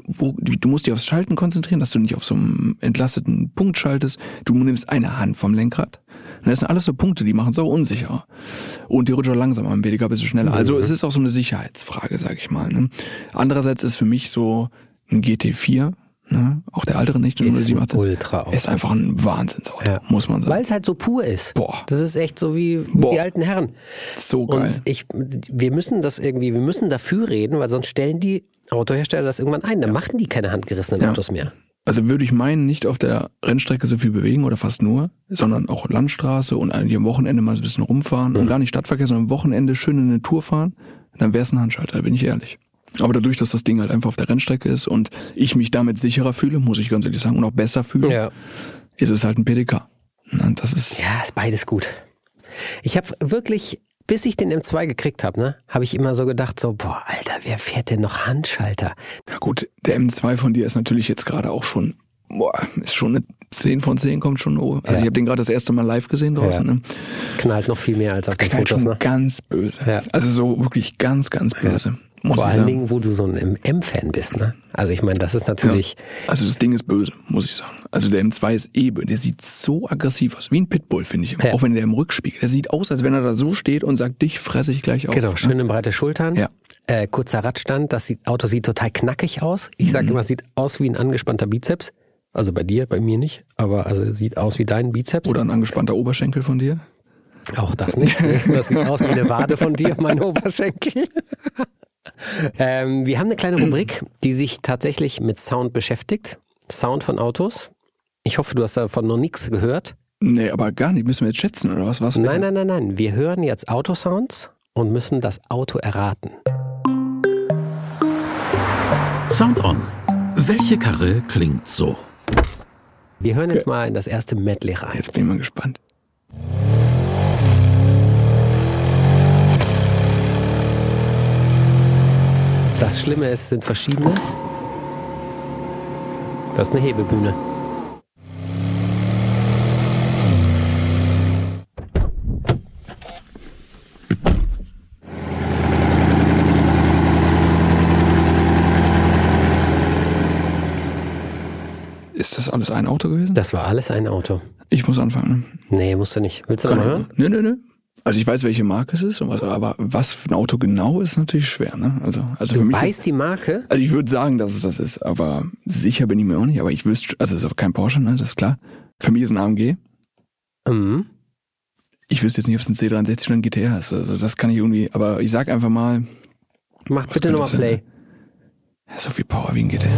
du musst dich aufs Schalten konzentrieren, dass du nicht auf so einem entlasteten Punkt schaltest. Du nimmst eine Hand vom Lenkrad. Das sind alles so Punkte, die machen es auch unsicherer. Und theoretisch auch langsamer, im PDK bist du schneller. Also es ist auch so eine Sicherheitsfrage, sag ich mal. Ne? Andererseits ist für mich so ein GT4, ne? Auch der ältere nicht, ist ein Ultra-Auto. Ist einfach ein Wahnsinnsauto, muss man sagen. Weil es halt so pur ist. Boah. Das ist echt so wie die alten Herren. So geil. Und wir müssen dafür reden, weil sonst stellen die Autohersteller das irgendwann ein. Dann machen die keine handgerissenen Autos mehr. Also würde ich meinen, nicht auf der Rennstrecke so viel bewegen oder fast nur, sondern auch Landstraße und eigentlich am Wochenende mal so ein bisschen rumfahren und gar nicht Stadtverkehr, sondern am Wochenende schön in eine Tour fahren, dann wäre es ein Handschalter, bin ich ehrlich. Aber dadurch, dass das Ding halt einfach auf der Rennstrecke ist und ich mich damit sicherer fühle, muss ich ganz ehrlich sagen, und auch besser fühle, ist es halt ein PDK. Und das ist beides gut. Ich habe wirklich, bis ich den M2 gekriegt habe, ne, habe ich immer so gedacht, so, boah, Alter, wer fährt denn noch Handschalter? Ja gut, der M2 von dir ist natürlich jetzt gerade auch schon, ist schon eine 10 von 10, kommt schon hoch. Also ich habe den gerade das erste Mal live gesehen draußen. Ne? Knallt noch viel mehr als auf den Fotos, schon ne? Ganz böse. Ja. Also so wirklich ganz, ganz böse. Vor allen Dingen, wo du so ein M-Fan bist, ne? Also ich meine, das ist natürlich... Ja. Also das Ding ist böse, muss ich sagen. Also der M2 ist böse. Der sieht so aggressiv aus. Wie ein Pitbull, finde ich. Ja. Auch wenn der im Rückspiegel. Der sieht aus, als wenn er da so steht und sagt, dich fresse ich gleich auf. Genau, schöne breite Schultern. Ja. Kurzer Radstand. Das Auto sieht total knackig aus. Ich sage immer, es sieht aus wie ein angespannter Bizeps. Also bei dir, bei mir nicht. Aber also es sieht aus wie dein Bizeps. Oder ein angespannter Oberschenkel von dir. Auch das nicht. Das sieht aus wie eine Wade von dir, mein Oberschenkel. Wir haben eine kleine Rubrik, die sich tatsächlich mit Sound beschäftigt. Sound von Autos. Ich hoffe, du hast davon noch nichts gehört. Nee, aber gar nicht. Müssen wir jetzt schätzen, oder was? Nein. Wir hören jetzt Autosounds und müssen das Auto erraten. Sound on. Welche Karre klingt so? Wir hören jetzt mal in das erste Medley rein. Jetzt bin ich mal gespannt. Das Schlimme ist, es sind verschiedene. Das ist eine Hebebühne. Ist das alles ein Auto gewesen? Das war alles ein Auto. Ich muss anfangen. Ne? Nee, musst du nicht. Willst du noch mal hören? Nee. Also ich weiß, welche Marke es ist, aber was für ein Auto genau ist natürlich schwer. Ne? Also du für mich weißt die Marke? Also ich würde sagen, dass es das ist, aber sicher bin ich mir auch nicht. Aber ich wüsste, also es ist auch kein Porsche, ne? Das ist klar. Für mich ist ein AMG. Mhm. Ich wüsste jetzt nicht, ob es ein C63 oder ein GTR ist. Also das kann ich irgendwie, aber ich sag einfach mal. Mach bitte nochmal Play. Ja, so viel Power wie ein GTR.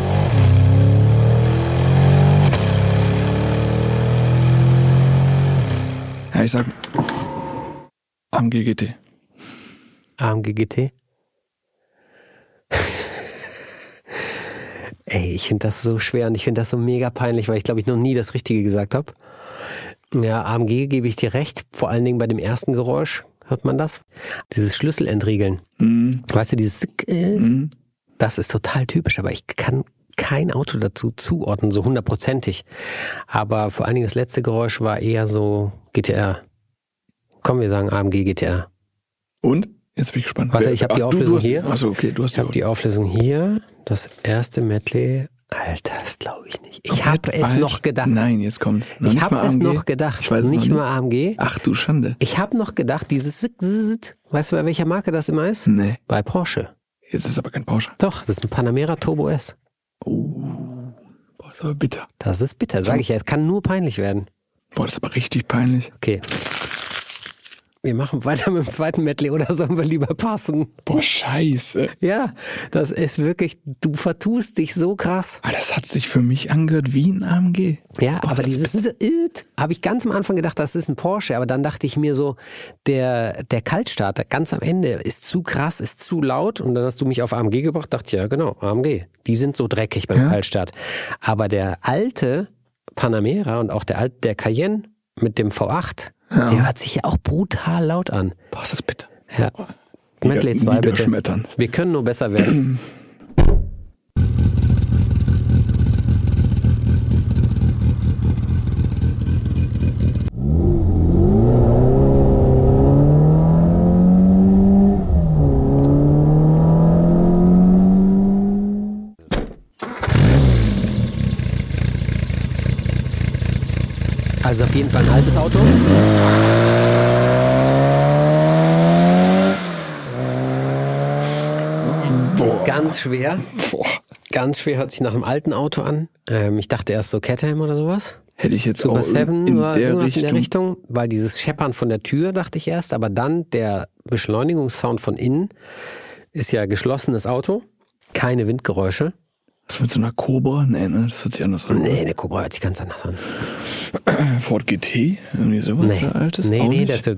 Ja, ich sag AMG GT. AMG GT? Ey, ich finde das so schwer und ich finde das so mega peinlich, weil ich glaube, ich noch nie das Richtige gesagt habe. Ja, AMG gebe ich dir recht, vor allen Dingen bei dem ersten Geräusch, hört man das? Dieses Schlüsselentriegeln. Weißt du, dieses das ist total typisch, aber ich kann kein Auto dazu zuordnen, so 100%ig. Aber vor allen Dingen das letzte Geräusch war eher so GTR. Komm, wir sagen AMG GTR. Und? Jetzt bin ich gespannt. Warte, ich habe die Auflösung hier. Achso, okay, du hast Ich habe die Auflösung hier. Das erste Medley. Alter, das glaube ich nicht. Ich habe es noch gedacht. Nein, jetzt kommt's. Ich habe es noch gedacht. Ich weiß nicht nur AMG. Ach du Schande. Ich habe noch gedacht, dieses weißt du, bei welcher Marke das immer ist? Nee. Bei Porsche. Jetzt ist es aber kein Porsche. Doch, das ist ein Panamera Turbo S. Oh. Boah, das ist aber bitter. Das ist bitter, sage ich ja. Es kann nur peinlich werden. Boah, das ist aber richtig peinlich. Okay. Wir machen weiter mit dem zweiten Medley oder sollen wir lieber passen? Boah, scheiße. Ja, das ist wirklich, du vertust dich so krass. Aber das hat sich für mich angehört wie ein AMG. Ja, Boah, aber dieses habe ich ganz am Anfang gedacht, das ist ein Porsche, aber dann dachte ich mir so, der Kaltstarter ganz am Ende ist zu krass, ist zu laut und dann hast du mich auf AMG gebracht, dachte ich, ja genau, AMG. Die sind so dreckig beim Kaltstart. Aber der alte Panamera und auch der Cayenne mit dem V8, der hört sich ja auch brutal laut an. Boah, ist das bitter. Ja. Medley 2 bitte. Schmettern. Wir können nur besser werden. Also auf jeden Fall ein altes Auto. Boah. Ganz schwer. Boah. Ganz schwer, hört sich nach einem alten Auto an. Ich dachte erst so Caterham oder sowas. Hätte ich jetzt Super auch 7 in oder der irgendwas Richtung. in der Richtung, weil dieses Scheppern von der Tür dachte ich erst, aber dann der Beschleunigungssound von innen ist ja geschlossenes Auto, keine Windgeräusche. Was mit so einer Cobra? Nee, ne? Das hört sich anders an. Nee, der Cobra hört sich ganz anders an. Ford GT? Irgendwie sowas? Nee, Der altes? nee, Auch nee, nicht?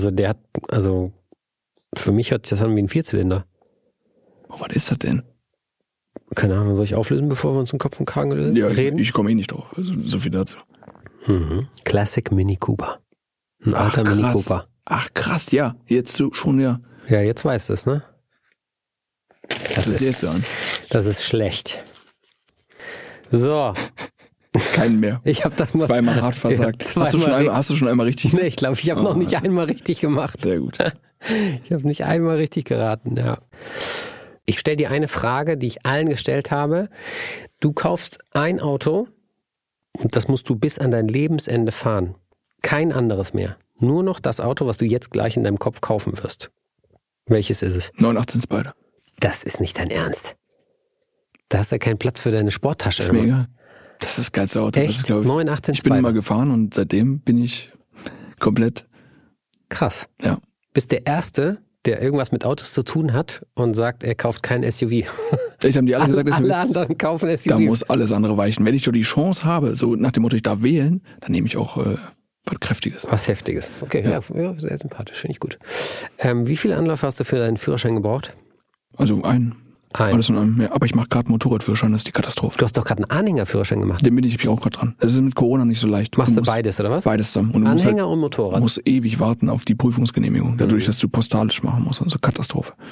für mich hört sich das an wie ein Vierzylinder. Oh, was ist das denn? Keine Ahnung, soll ich auflösen, bevor wir uns den Kopf und Kragen reden? Ich komme eh nicht drauf. Also, so viel dazu. Classic Mini Cooper. Ein alter Mini krass. Cooper. Ach krass, ja. Jetzt so schon, ja. Ja, jetzt weißt du es, ne? Das ist jetzt so an. Das ist schlecht. So, Keinen mehr. ich habe das mal... Zweimal hart versagt. Ja, Hast du schon einmal richtig? Nee, ich glaube, ich habe noch nicht einmal richtig gemacht. Sehr gut. Ich habe nicht einmal richtig geraten, ja. Ich stelle dir eine Frage, die ich allen gestellt habe. Du kaufst ein Auto und das musst du bis an dein Lebensende fahren. Kein anderes mehr. Nur noch das Auto, was du jetzt gleich in deinem Kopf kaufen wirst. Welches ist es? 918 Spider. Das ist nicht dein Ernst. Da hast du ja keinen Platz für deine Sporttasche. Das ist mega. Das ist das geilste Auto. Echt? Das ist, glaub 918 ich bin Spider. immer gefahren und seitdem bin ich komplett, Krass. ja. Bist der Erste, der irgendwas mit Autos zu tun hat und sagt, er kauft kein SUV. Vielleicht haben die alle gesagt, Alle anderen kaufen SUVs. da muss alles andere weichen. Wenn ich doch die Chance habe, so nach dem Motto, ich darf wählen, dann nehme ich auch was Kräftiges. Was Heftiges. Okay, ja, sehr sympathisch, finde ich gut. Wie viele Anläufe hast du für deinen Führerschein gebraucht? Also alles in einem. Ja, aber ich mache gerade Motorradführerschein, das ist die Katastrophe. Du hast doch gerade einen Anhängerführerschein gemacht. Den bin ich auch gerade dran. Das ist mit Corona nicht so leicht. Machst du musst beides, oder was? Beides zusammen. Und du musst Anhänger und Motorrad. musst ewig warten auf die Prüfungsgenehmigung, dadurch, dass du postalisch machen musst. Also Katastrophe.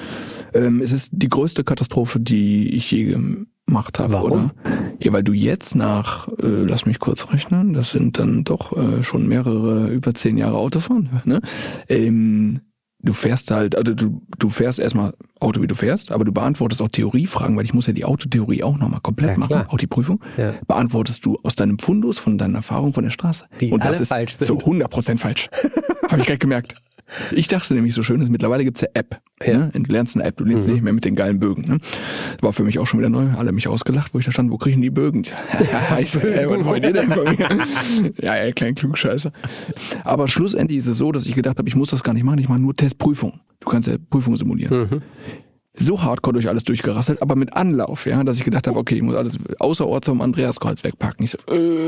Es ist die größte Katastrophe, die ich je gemacht habe. Warum? Oder? Ja, weil du jetzt lass mich kurz rechnen, das sind dann doch schon über 10 Jahre Autofahren, ne? Du fährst halt, also du fährst erstmal Auto, wie du fährst, aber du beantwortest auch Theoriefragen, weil ich muss ja die Autotheorie auch nochmal komplett machen, auch die Prüfung. Ja. Beantwortest du aus deinem Fundus, von deiner Erfahrung von der Straße. Die und alle das ist falsch sind. so 100% falsch. Habe ich gerade gemerkt. Ich dachte nämlich so schön, mittlerweile gibt's ja App. Ja. Ne? Du lernst eine App, du lernst nicht mehr mit den geilen Bögen. Ne? War für mich auch schon wieder neu. Alle haben mich ausgelacht, wo ich da stand, wo kriegen die Bögen? Ich so, was wollt ihr denn von mir? Ja, kleinen Klugscheißer. Aber schlussendlich ist es so, dass ich gedacht habe, ich muss das gar nicht machen, ich mache nur Testprüfung. Du kannst ja Prüfung simulieren. So hardcore durch alles durchgerasselt, aber mit Anlauf, ja, dass ich gedacht habe, okay, ich muss alles außerorts am Andreaskreuz wegpacken. Ich so,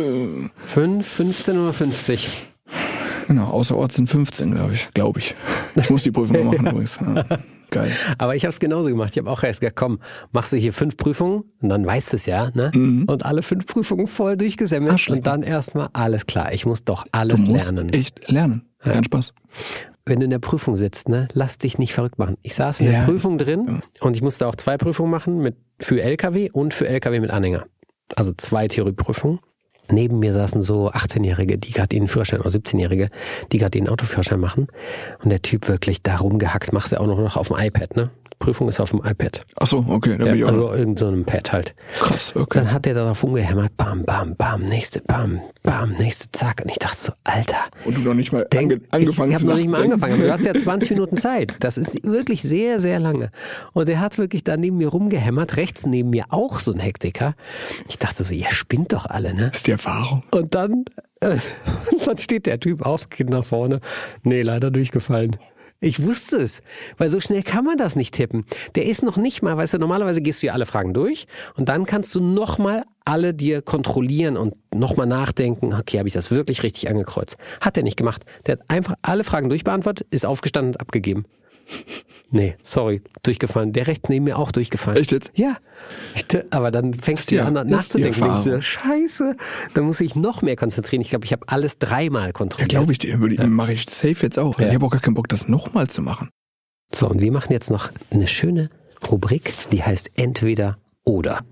15 oder 50? Genau, außerorts sind 15, glaube ich. Ich muss die Prüfung noch machen übrigens. Ja, geil. Aber ich habe es genauso gemacht. Ich habe auch erst gesagt, komm, machst du hier 5 Prüfungen und dann weißt du es ja, ne? Und alle 5 Prüfungen voll durchgesammelt und dann erstmal alles klar. Ich muss doch alles lernen. Du musst echt lernen. Kein Spaß. Wenn du in der Prüfung sitzt, ne, lass dich nicht verrückt machen. Ich saß in der Prüfung drin und ich musste auch 2 Prüfungen machen für LKW und für LKW mit Anhänger. Also 2 Theorieprüfungen. Neben mir saßen so 18-Jährige, die gerade den Führerschein, oder 17-Jährige, die gerade den Autoführerschein machen. Und der Typ wirklich da rumgehackt, machst du auch noch auf dem iPad, ne? Prüfung ist auf dem iPad. Ach so, okay, da bin ich auch. Also irgend so einem Pad halt. Krass, okay. Dann hat der darauf umgehämmert, bam, bam, bam, nächste, bam, bam, nächste, zack. Und ich dachte so, Alter. Und du noch nicht mal angefangen Ich habe noch nicht mal angefangen, aber du hast ja 20 Minuten Zeit. Das ist wirklich sehr, sehr lange. Und der hat wirklich da neben mir rumgehämmert, rechts neben mir auch so ein Hektiker. Ich dachte so, ihr spinnt doch alle, ne? Das ist die Erfahrung. Und dann steht der Typ auf, geht nach vorne. Nee, leider durchgefallen. Ich wusste es, weil so schnell kann man das nicht tippen. Der ist noch nicht mal, weißt du, normalerweise gehst du ja alle Fragen durch und dann kannst du nochmal alle dir kontrollieren und nochmal nachdenken, okay, habe ich das wirklich richtig angekreuzt? Hat er nicht gemacht. Der hat einfach alle Fragen durchbeantwortet, ist aufgestanden und abgegeben. Nee, sorry, durchgefallen. Der rechts neben mir auch durchgefallen. Echt jetzt? Ja. Aber dann fängst du an nachzudenken. Denkst du, Scheiße, da muss ich noch mehr konzentrieren. Ich glaube, ich habe alles 3-mal kontrolliert. Ja, glaube ich dir. Mache ich safe jetzt auch. Also ich habe auch gar keinen Bock, das nochmal zu machen. So, und wir machen jetzt noch eine schöne Rubrik, die heißt Entweder oder.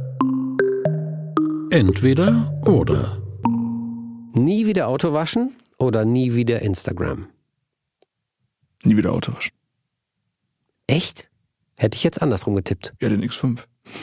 Entweder oder. Nie wieder Auto waschen oder nie wieder Instagram? Nie wieder Auto waschen. Echt? Hätte ich jetzt andersrum getippt. Ja, den X5.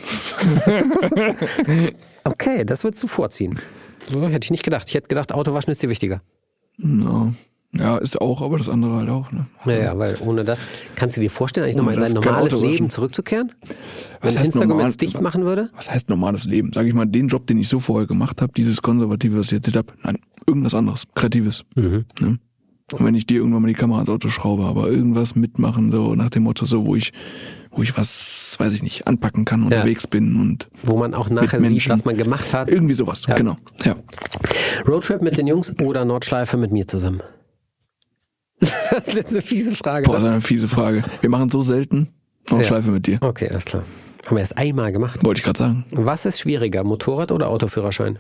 Okay, das würdest du vorziehen. So, hätte ich nicht gedacht. Ich hätte gedacht, Autowaschen ist dir wichtiger. No. Ja, ist auch, aber das andere halt auch. Ne? Ja, weil ohne das, kannst du dir vorstellen, eigentlich nochmal in dein normales Leben zurückzukehren? Wenn Instagram jetzt dicht machen würde? Was heißt normales Leben? Sag ich mal, den Job, den ich so vorher gemacht habe, dieses Konservative, was ich jetzt habe, nein, irgendwas anderes, Kreatives. Ne? Und wenn ich dir irgendwann mal die Kamera ans Auto schraube, aber irgendwas mitmachen, so nach dem Motto, so wo ich was, weiß ich nicht, anpacken kann, unterwegs bin und wo man auch nachher sieht, was man gemacht hat. Irgendwie sowas, genau. Ja. Roadtrip mit den Jungs oder Nordschleife mit mir zusammen? Das ist jetzt eine fiese Frage. Boah, das ist eine fiese Frage. Wir machen so selten Nordschleife mit dir. Okay, alles klar. Haben wir erst einmal gemacht. Wollte ich gerade sagen. Was ist schwieriger, Motorrad oder Autoführerschein?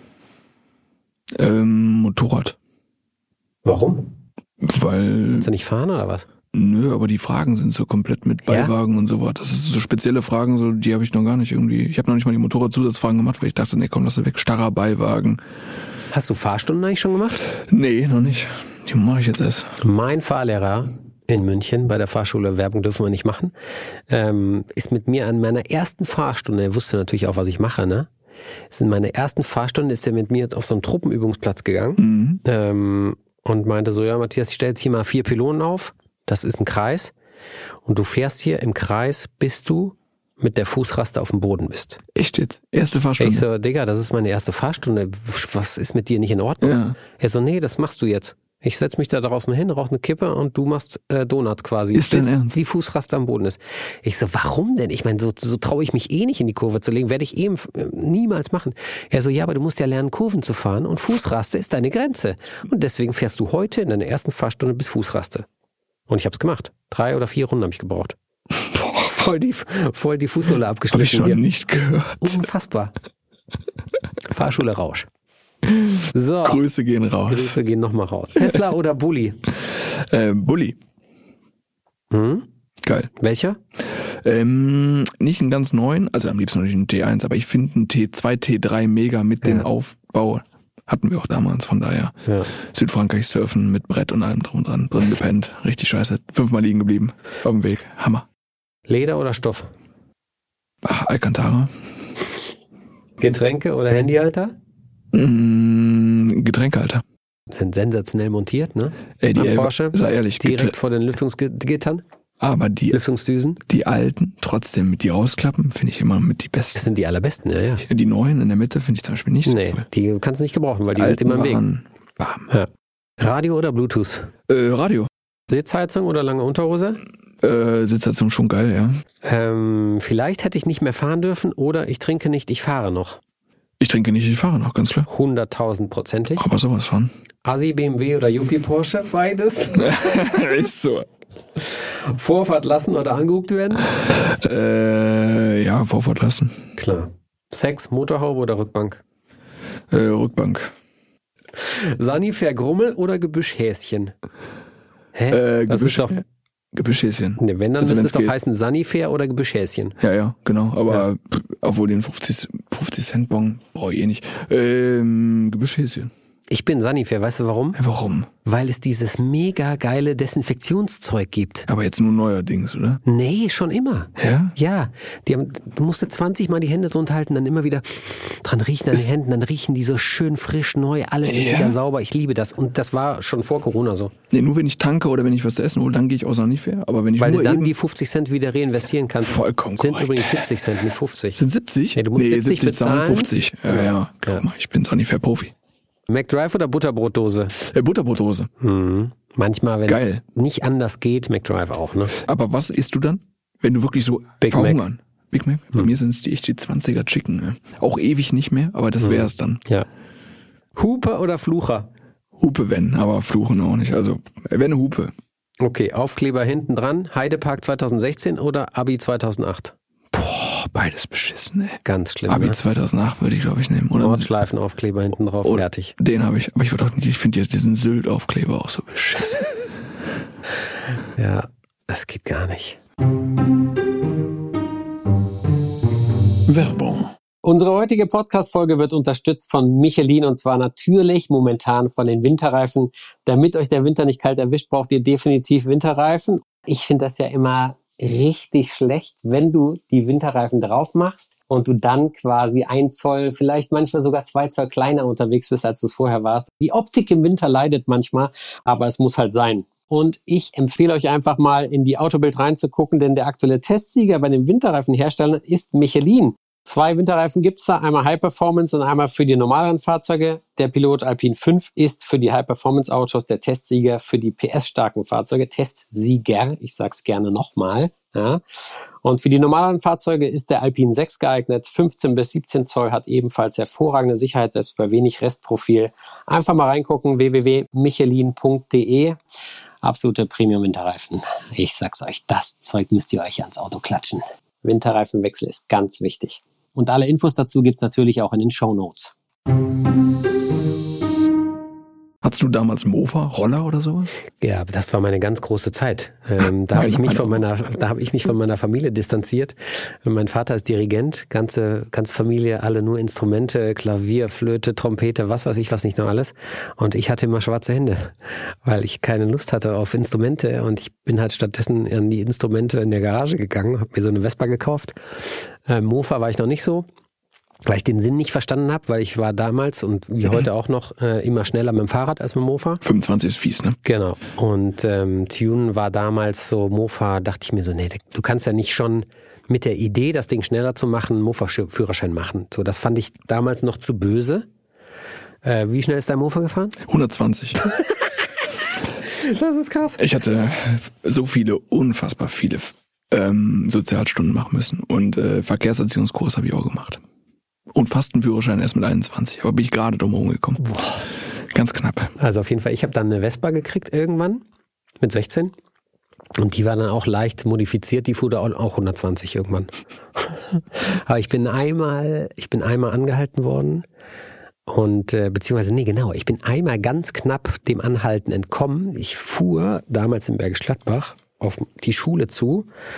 Motorrad. Warum? Weil... Kannst du nicht fahren oder was? Nö, aber die Fragen sind so komplett mit Beiwagen und so was. Das ist so spezielle Fragen, so die habe ich noch gar nicht irgendwie. Ich habe noch nicht mal die Motorrad-Zusatzfragen gemacht, weil ich dachte, nee, komm, lass sie weg. Starrer Beiwagen. Hast du Fahrstunden eigentlich schon gemacht? Nee, noch nicht. Die mache ich jetzt erst. Mein Fahrlehrer in München bei der Fahrschule, Werbung dürfen wir nicht machen, ist mit mir an meiner ersten Fahrstunde, er wusste natürlich auch, was ich mache, ne? In meiner ersten Fahrstunde ist er mit mir auf so einen Truppenübungsplatz gegangen und meinte so, ja Matthias, ich stelle jetzt hier mal 4 Pylonen auf, das ist ein Kreis und du fährst hier im Kreis, bis du mit der Fußraste auf dem Boden bist. Echt jetzt? Erste Fahrstunde? Ich so, Digga, das ist meine erste Fahrstunde, was ist mit dir nicht in Ordnung? Ja. Er so, nee, das machst du jetzt. Ich setze mich da draußen hin, rauche eine Kippe und du machst Donuts quasi, ist bis ernst? Die Fußraste am Boden ist. Ich so, warum denn? Ich meine, so traue ich mich eh nicht in die Kurve zu legen, werde ich eben niemals machen. Er so, ja, aber du musst ja lernen, Kurven zu fahren und Fußraste ist deine Grenze. Und deswegen fährst du heute in deiner ersten Fahrstunde bis Fußraste. Und ich habe es gemacht. 3 oder 4 Runden habe ich gebraucht. Voll die Fußsohle abgeschliffen. Habe ich schon hier. Nicht gehört. Unfassbar. Fahrschule Rausch. So. Grüße gehen raus. Grüße gehen nochmal raus. Tesla oder Bulli? Bulli. Hm? Geil. Welcher? Nicht einen ganz neuen, also am liebsten natürlich einen T1, aber ich finde einen T2, T3 mega mit dem Aufbau. Hatten wir auch damals, von daher. Ja. Südfrankreich surfen mit Brett und allem drum und dran. Drin gepennt. Richtig scheiße. 5-mal liegen geblieben. Auf dem Weg. Hammer. Leder oder Stoff? Alcantara. Getränke oder Handyhalter? Getränkehalter. Sind sensationell montiert, ne? Die Porsche. Sei ehrlich. Direkt vor den Lüftungsgittern. Aber die Lüftungsdüsen? Die alten, trotzdem mit die rausklappen, finde ich immer mit die besten. Das sind die allerbesten, ja. Die neuen in der Mitte finde ich zum Beispiel nicht so cool. Die kannst du nicht gebrauchen, weil die sind immer im Weg. Warm. Ja. Radio oder Bluetooth? Radio. Sitzheizung oder lange Unterhose? Sitzheizung schon geil, ja. Vielleicht hätte ich nicht mehr fahren dürfen oder ich trinke nicht, ich fahre noch. Ich trinke nicht, ich fahre noch, ganz klar. 100.000%. Aber sowas von. Assi, BMW oder Yuppie Porsche? Beides. Ist so. Vorfahrt lassen oder angehupt werden? Ja, Vorfahrt lassen. Klar. Sex, Motorhaube oder Rückbank? Rückbank. Sanifair Grummel oder Gebüschhäschen? Hä? Gebüschhäschen. Ne, wenn, dann also müsste es doch heißen Sanifair oder Gebüschhäschen. Ja, genau. Aber obwohl den 50 Cent Bon brauche ich eh nicht. Gebüschhäschen. Ich bin Sanifair, weißt du warum? Warum? Weil es dieses mega geile Desinfektionszeug gibt. Aber jetzt nur neuerdings, oder? Nee, schon immer. Ja? Ja. Du musst 20 Mal die Hände drunter halten, dann immer wieder dran riechen an den Händen, dann riechen die so schön frisch, neu, alles ist wieder sauber. Ich liebe das. Und das war schon vor Corona so. Nee, nur wenn ich tanke oder wenn ich was zu essen hole, dann gehe ich auch Sanifair. Aber wenn ich weil nur du dann die 50 Cent wieder reinvestieren kannst. Vollkommen Sind korrekt. übrigens 70 Cent, nicht 50. Sind 70? Nee, du musst 70 bezahlen. 50. Ja. Guck mal, ich bin Sanifair-Profi. McDrive oder Butterbrotdose? Butterbrotdose. Manchmal, wenn es nicht anders geht, McDrive auch, ne? Aber was isst du dann, wenn du wirklich so verhungern? Big Mac? Bei mir sind es die 20er Chicken. Ne? Auch ewig nicht mehr, aber das wäre es dann. Ja. Hupe oder Flucher? Hupe wenn, aber Fluchen auch nicht. Also, wenn eine Hupe. Okay, Aufkleber hinten dran. Heidepark 2016 oder Abi 2008? Beides beschissen, ey. Ganz schlimm. Abi 2008 würde ich, glaube ich, nehmen. Oder Nordschleifenaufkleber hinten drauf, fertig. Den habe ich. Aber ich finde ja diesen Sylt-Aufkleber auch so beschissen. Ja, das geht gar nicht. Werbung. Unsere heutige Podcast-Folge wird unterstützt von Michelin und zwar natürlich momentan von den Winterreifen. Damit euch der Winter nicht kalt erwischt, braucht ihr definitiv Winterreifen. Ich finde das ja immer richtig schlecht, wenn du die Winterreifen drauf machst und du dann quasi 1 Zoll, vielleicht manchmal sogar 2 Zoll kleiner unterwegs bist, als du es vorher warst. Die Optik im Winter leidet manchmal, aber es muss halt sein. Und ich empfehle euch einfach mal in die Autobild reinzugucken, denn der aktuelle Testsieger bei den Winterreifenherstellern ist Michelin. 2 Winterreifen gibt's da, einmal High Performance und einmal für die normalen Fahrzeuge. Der Pilot Alpine 5 ist für die High Performance Autos der Testsieger, für die PS-starken Fahrzeuge Testsieger, ich sag's gerne nochmal. Ja. Und für die normalen Fahrzeuge ist der Alpine 6 geeignet, 15 bis 17 Zoll, hat ebenfalls hervorragende Sicherheit, selbst bei wenig Restprofil. Einfach mal reingucken, www.michelin.de. Absolute Premium-Winterreifen. Ich sag's euch, das Zeug müsst ihr euch ans Auto klatschen. Winterreifenwechsel ist ganz wichtig. Und alle Infos dazu gibt's natürlich auch in den Shownotes. Hattest du damals Mofa, Roller oder sowas? Ja, das war meine ganz große Zeit. Da habe ich mich von meiner Familie distanziert. Mein Vater ist Dirigent, ganze Familie, alle nur Instrumente, Klavier, Flöte, Trompete, was weiß ich, was nicht noch alles. Und ich hatte immer schwarze Hände, weil ich keine Lust hatte auf Instrumente. Und ich bin halt stattdessen an die Instrumente in der Garage gegangen, habe mir so eine Vespa gekauft. Mofa war ich noch nicht so. Weil ich den Sinn nicht verstanden habe, weil ich war damals und wie heute auch noch immer schneller mit dem Fahrrad als mit dem Mofa. 25 ist fies, ne? Genau. Und Tune war damals so, Mofa, dachte ich mir so, nee, du kannst ja nicht schon mit der Idee, das Ding schneller zu machen, einen Mofa-Führerschein machen. So, das fand ich damals noch zu böse. Wie schnell ist dein Mofa gefahren? 120. Das ist krass. Ich hatte unfassbar viele Sozialstunden machen müssen und Verkehrserziehungskurs habe ich auch gemacht. Und fast einen Führerschein erst mit 21. Aber bin ich gerade drum rumgekommen. Boah. Ganz knapp. Also auf jeden Fall, ich habe dann eine Vespa gekriegt irgendwann mit 16. Und die war dann auch leicht modifiziert. Die fuhr da auch 120 irgendwann. Aber ich bin einmal angehalten worden. Und ich bin einmal ganz knapp dem Anhalten entkommen. Ich fuhr damals in Bergisch Gladbach auf die Schule zu.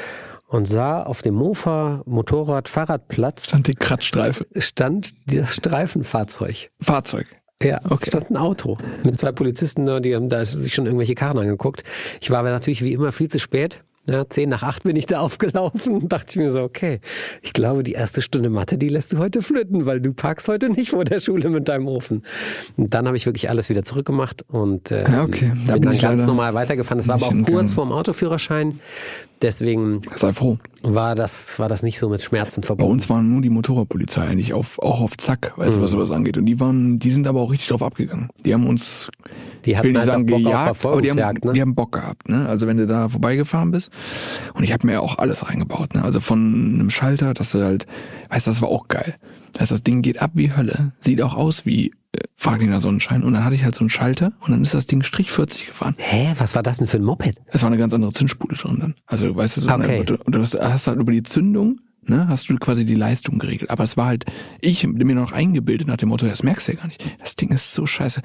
und sah auf dem Mofa-Motorrad Fahrradplatz stand die Kratzstreife. Stand das Streifenfahrzeug. Fahrzeug. Ja, okay. Stand ein Auto mit 2 Polizisten, die haben da sich schon irgendwelche Karren angeguckt. Ich war aber natürlich wie immer viel zu spät. Ja, 7:50 bin ich da aufgelaufen und dachte ich mir so, okay, ich glaube, die erste Stunde Mathe, die lässt du heute flöten, weil du parkst heute nicht vor der Schule mit deinem Ofen. Und dann habe ich wirklich alles wieder zurückgemacht und bin dann ganz normal weitergefahren. Das war aber auch kurz vorm Autoführerschein, deswegen sei froh. War das nicht so mit Schmerzen verbunden. Bei uns waren nur die Motorradpolizei eigentlich auch auf Zack, weißt du, was sowas angeht. Und die sind aber auch richtig drauf abgegangen. Die haben uns, die hatten halt Bock gejagt, aber die haben Bock gehabt, ne? Also wenn du da vorbeigefahren bist. Und ich habe mir auch alles reingebaut, ne? Also von einem Schalter, dass du halt, weißt du, das war auch geil. Das Ding geht ab wie Hölle, sieht auch aus wie Fahrgläser Sonnenschein. Und dann hatte ich halt so einen Schalter und dann ist das Ding Strich 40 gefahren. Hä, was war das denn für ein Moped? Es war eine ganz andere Zündspule drin dann. Also weißt du so, okay. Du hast halt über die Zündung, ne, hast du quasi die Leistung geregelt. Aber es war halt, ich bin mir noch eingebildet nach dem Motto, das merkst du ja gar nicht. Das Ding ist so scheiße.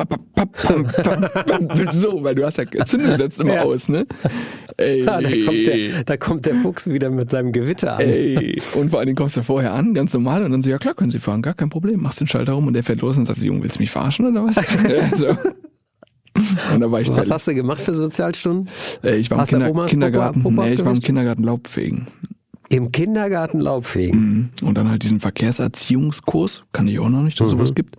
So, weil du hast ja Zündung setzt immer aus, ne? Ey. Da kommt der Fuchs wieder mit seinem Gewitter an. Ey. Und vor allen Dingen kommst du vorher an, ganz normal, und dann so, ja klar, können Sie fahren, gar kein Problem. Machst den Schalter rum und der fährt los und sagt, Junge, willst du mich verarschen oder was? So. Und da war ich was hast du gemacht für Sozialstunden? Ich war im Kindergarten. Ich war im Kindergarten Laubfegen. Im Kindergarten Laubfegen? Und dann halt diesen Verkehrserziehungskurs, kann ich auch noch nicht, dass sowas gibt.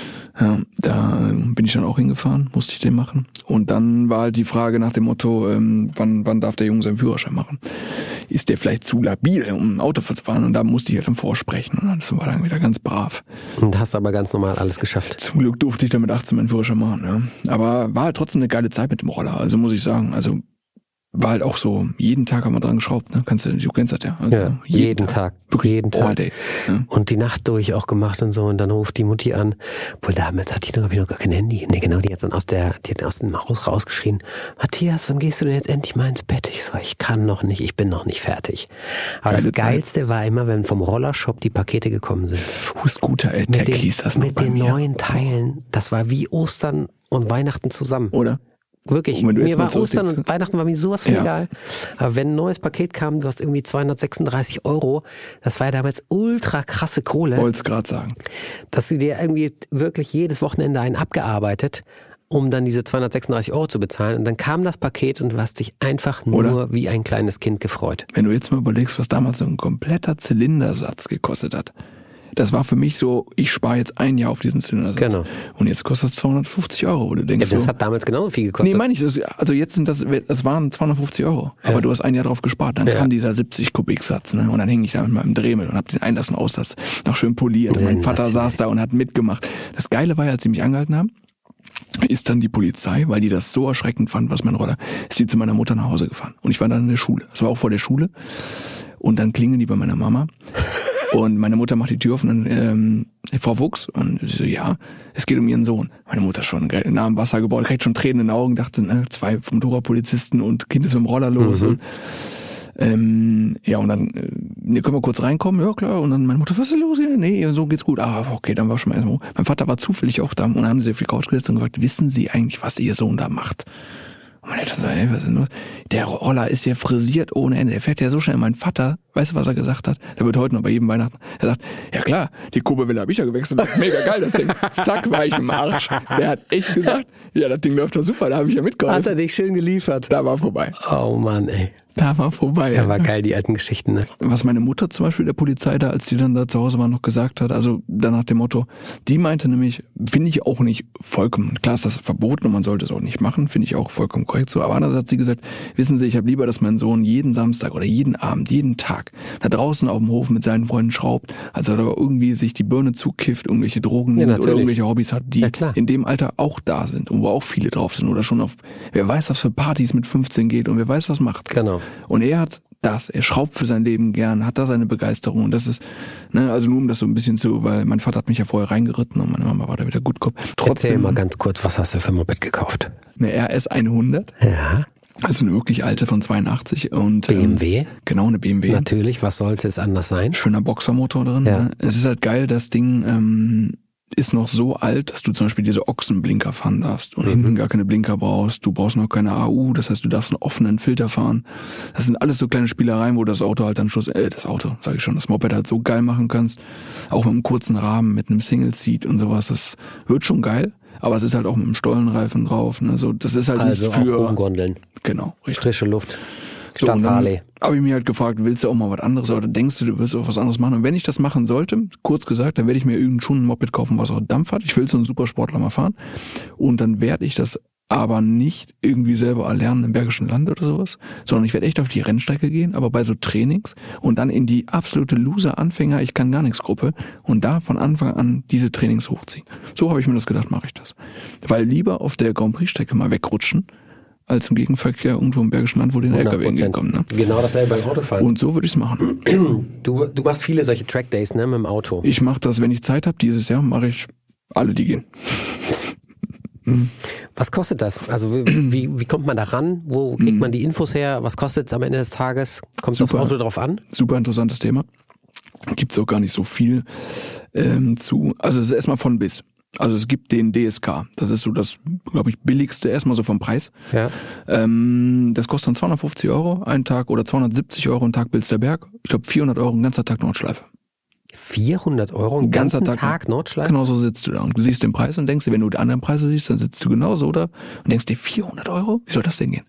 Ja, da bin ich dann auch hingefahren, musste ich den machen. Und dann war halt die Frage nach dem Motto, wann darf der Junge seinen Führerschein machen? Ist der vielleicht zu labil, um ein Auto zu fahren? Und da musste ich halt dann vorsprechen. Und das war dann wieder ganz brav. Und hast aber ganz normal alles geschafft. Zum Glück durfte ich dann mit 18 meinen Führerschein machen. Ja. Aber war halt trotzdem eine geile Zeit mit dem Roller. Also muss ich sagen, also war halt auch so, jeden Tag haben wir dran geschraubt, ne? Du kennst das ja. Also ja, jeden Tag. Wirklich jeden Tag. All day. Ja. Und die Nacht durch auch gemacht und so. Und dann ruft die Mutti an. Obwohl, damals hatte ich noch gar kein Handy. Nee, genau, die hat dann aus dem Haus rausgeschrien. Matthias, wann gehst du denn jetzt endlich mal ins Bett? Ich so, ich kann noch nicht, ich bin noch nicht fertig. Aber das Geilste war immer, wenn vom Rollershop die Pakete gekommen sind. Scooter Attack hieß das noch mit den neuen Teilen. Das war wie Ostern und Weihnachten zusammen. Oder? Wirklich, mir war Ostern und Weihnachten war mir sowas von egal. Aber wenn ein neues Paket kam, du hast irgendwie 236 €, das war ja damals ultra krasse Kohle. Wollt's gerade sagen. Dass sie dir irgendwie wirklich jedes Wochenende einen abgearbeitet, um dann diese 236 € zu bezahlen. Und dann kam das Paket und du hast dich einfach nur wie ein kleines Kind gefreut. Wenn du jetzt mal überlegst, was damals so ein kompletter Zylindersatz gekostet hat. Das war für mich so, ich spare jetzt ein Jahr auf diesen Zylindersatz. Genau. Und jetzt kostet es 250 €. Wo du denkst, das hat damals genauso viel gekostet. Nee, meine ich. Also jetzt sind das waren 250 €. Aber du hast ein Jahr drauf gespart. Dann kam dieser 70 Kubik-Satz, ne? Und dann hing ich da mit meinem Dremel und hab den Einlass- und Aussatz noch schön poliert. Und mein Vater saß da und hat mitgemacht. Das Geile war ja, als sie mich angehalten haben, ist dann die Polizei, weil die das so erschreckend fand, was mein Roller, ist die zu meiner Mutter nach Hause gefahren. Und ich war dann in der Schule. Das war auch vor der Schule. Und dann klingeln die bei meiner Mama. Und meine Mutter macht die Tür auf und dann, Frau Fuchs, und ich so, ja, es geht um ihren Sohn. Meine Mutter schon nah am Wasser gebaut, kriegt schon Tränen in den Augen, dachte, 2 Motorradpolizisten und Kind ist mit dem Roller los. Und, ja, und dann, können wir kurz reinkommen? Ja, klar. Und dann meine Mutter, was ist los hier? Nee, so geht's gut. Ah, okay, dann war schon mal erstmal. Mein Vater war zufällig auch da und dann haben sie auf die Couch gesetzt und gefragt, wissen Sie eigentlich, was Ihr Sohn da macht? Und meine Eltern so, hey, was ist denn los? Der Roller ist ja frisiert ohne Ende. Er fährt ja so schnell. Mein Vater, weißt du, was er gesagt hat? Der wird heute noch bei jedem Weihnachten. Er sagt, ja klar, die Kurbelwelle habe ich ja gewechselt. Mega geil, das Ding. Zack, war ich im Arsch. Der hat echt gesagt, ja, das Ding läuft doch super, da habe ich ja mitgeholfen. Hat er dich schön geliefert? Da war vorbei. Oh Mann, ey. Da war vorbei. Ja, war geil, die alten Geschichten, ne? Was meine Mutter zum Beispiel der Polizei da, als die dann da zu Hause war, noch gesagt hat, also dann nach dem Motto, die meinte nämlich, finde ich auch nicht vollkommen, klar ist das verboten und man sollte es auch nicht machen, finde ich auch vollkommen korrekt so, aber andererseits hat sie gesagt, wissen Sie, ich habe lieber, dass mein Sohn jeden Samstag oder jeden Abend, jeden Tag da draußen auf dem Hof mit seinen Freunden schraubt, als er da irgendwie sich die Birne zukifft, irgendwelche Drogen nimmt oder irgendwelche Hobbys hat, die in dem Alter auch da sind und wo auch viele drauf sind oder schon auf, wer weiß, was für Partys mit 15 geht und wer weiß, was macht. Genau. Und er hat er schraubt für sein Leben gern, hat da seine Begeisterung und das ist, ne, also nur um das so ein bisschen zu, weil mein Vater hat mich ja vorher reingeritten und meine Mama war da wieder gut Kopf. Trotzdem, erzähl mal ganz kurz, was hast du für ein Moped gekauft? Eine RS 100. Ja. Also eine wirklich alte von 82 und BMW. Genau, eine BMW. Natürlich, was sollte es anders sein? Schöner Boxermotor drin. Ja. Ne? Es ist halt geil, das Ding ist noch so alt, dass du zum Beispiel diese Ochsenblinker fahren darfst und hinten gar keine Blinker brauchst. Du brauchst noch keine AU, das heißt, du darfst einen offenen Filter fahren. Das sind alles so kleine Spielereien, wo das Auto halt dann das Moped halt so geil machen kannst. Auch mit einem kurzen Rahmen, mit einem Single-Seat und sowas. Das wird schon geil, aber es ist halt auch mit einem Stollenreifen drauf. Ne? So, das ist halt also nicht für... auch Umgondeln. Genau, richtig. Frische Luft. So, und dann habe ich mir halt gefragt, willst du auch mal was anderes oder denkst du wirst auch was anderes machen? Und wenn ich das machen sollte, kurz gesagt, dann werde ich mir irgendein schon ein Moped kaufen, was auch Dampf hat. Ich will so einen Supersportler mal fahren. Und dann werde ich das aber nicht irgendwie selber erlernen im Bergischen Land oder sowas, sondern ich werde echt auf die Rennstrecke gehen, aber bei so Trainings und dann in die absolute Loser-Anfänger, ich kann gar nichts Gruppe und da von Anfang an diese Trainings hochziehen. So habe ich mir das gedacht, mache ich das. Weil lieber auf der Grand Prix-Strecke mal wegrutschen, als im Gegenverkehr irgendwo im Bergischen Land, wo die LKW entgegenkommen. Ne? Genau dasselbe beim Autofahren. Und so würde ich es machen. Du machst viele solche Trackdays, ne, mit dem Auto. Ich mache das, wenn ich Zeit habe. Dieses Jahr mache ich alle, die gehen. Was kostet das? Also wie kommt man da ran? Wo kriegt man die Infos her? Was kostet es am Ende des Tages? Kommt das Auto drauf an? Super interessantes Thema. Gibt es auch gar nicht so viel zu. Also es ist erstmal von bis. Also es gibt den DSK. Das ist so das, glaube ich, billigste erstmal so vom Preis. Ja. Das kostet dann 250 € einen Tag oder 270 € einen Tag Bilsterberg. Ich glaube 400 € ein ganzer Tag Nordschleife. 400 € einen ganzen Tag Nordschleife? Genau so sitzt du da und du siehst den Preis und denkst dir, wenn du die anderen Preise siehst, dann sitzt du genauso da und denkst dir 400 €? Wie soll das denn gehen?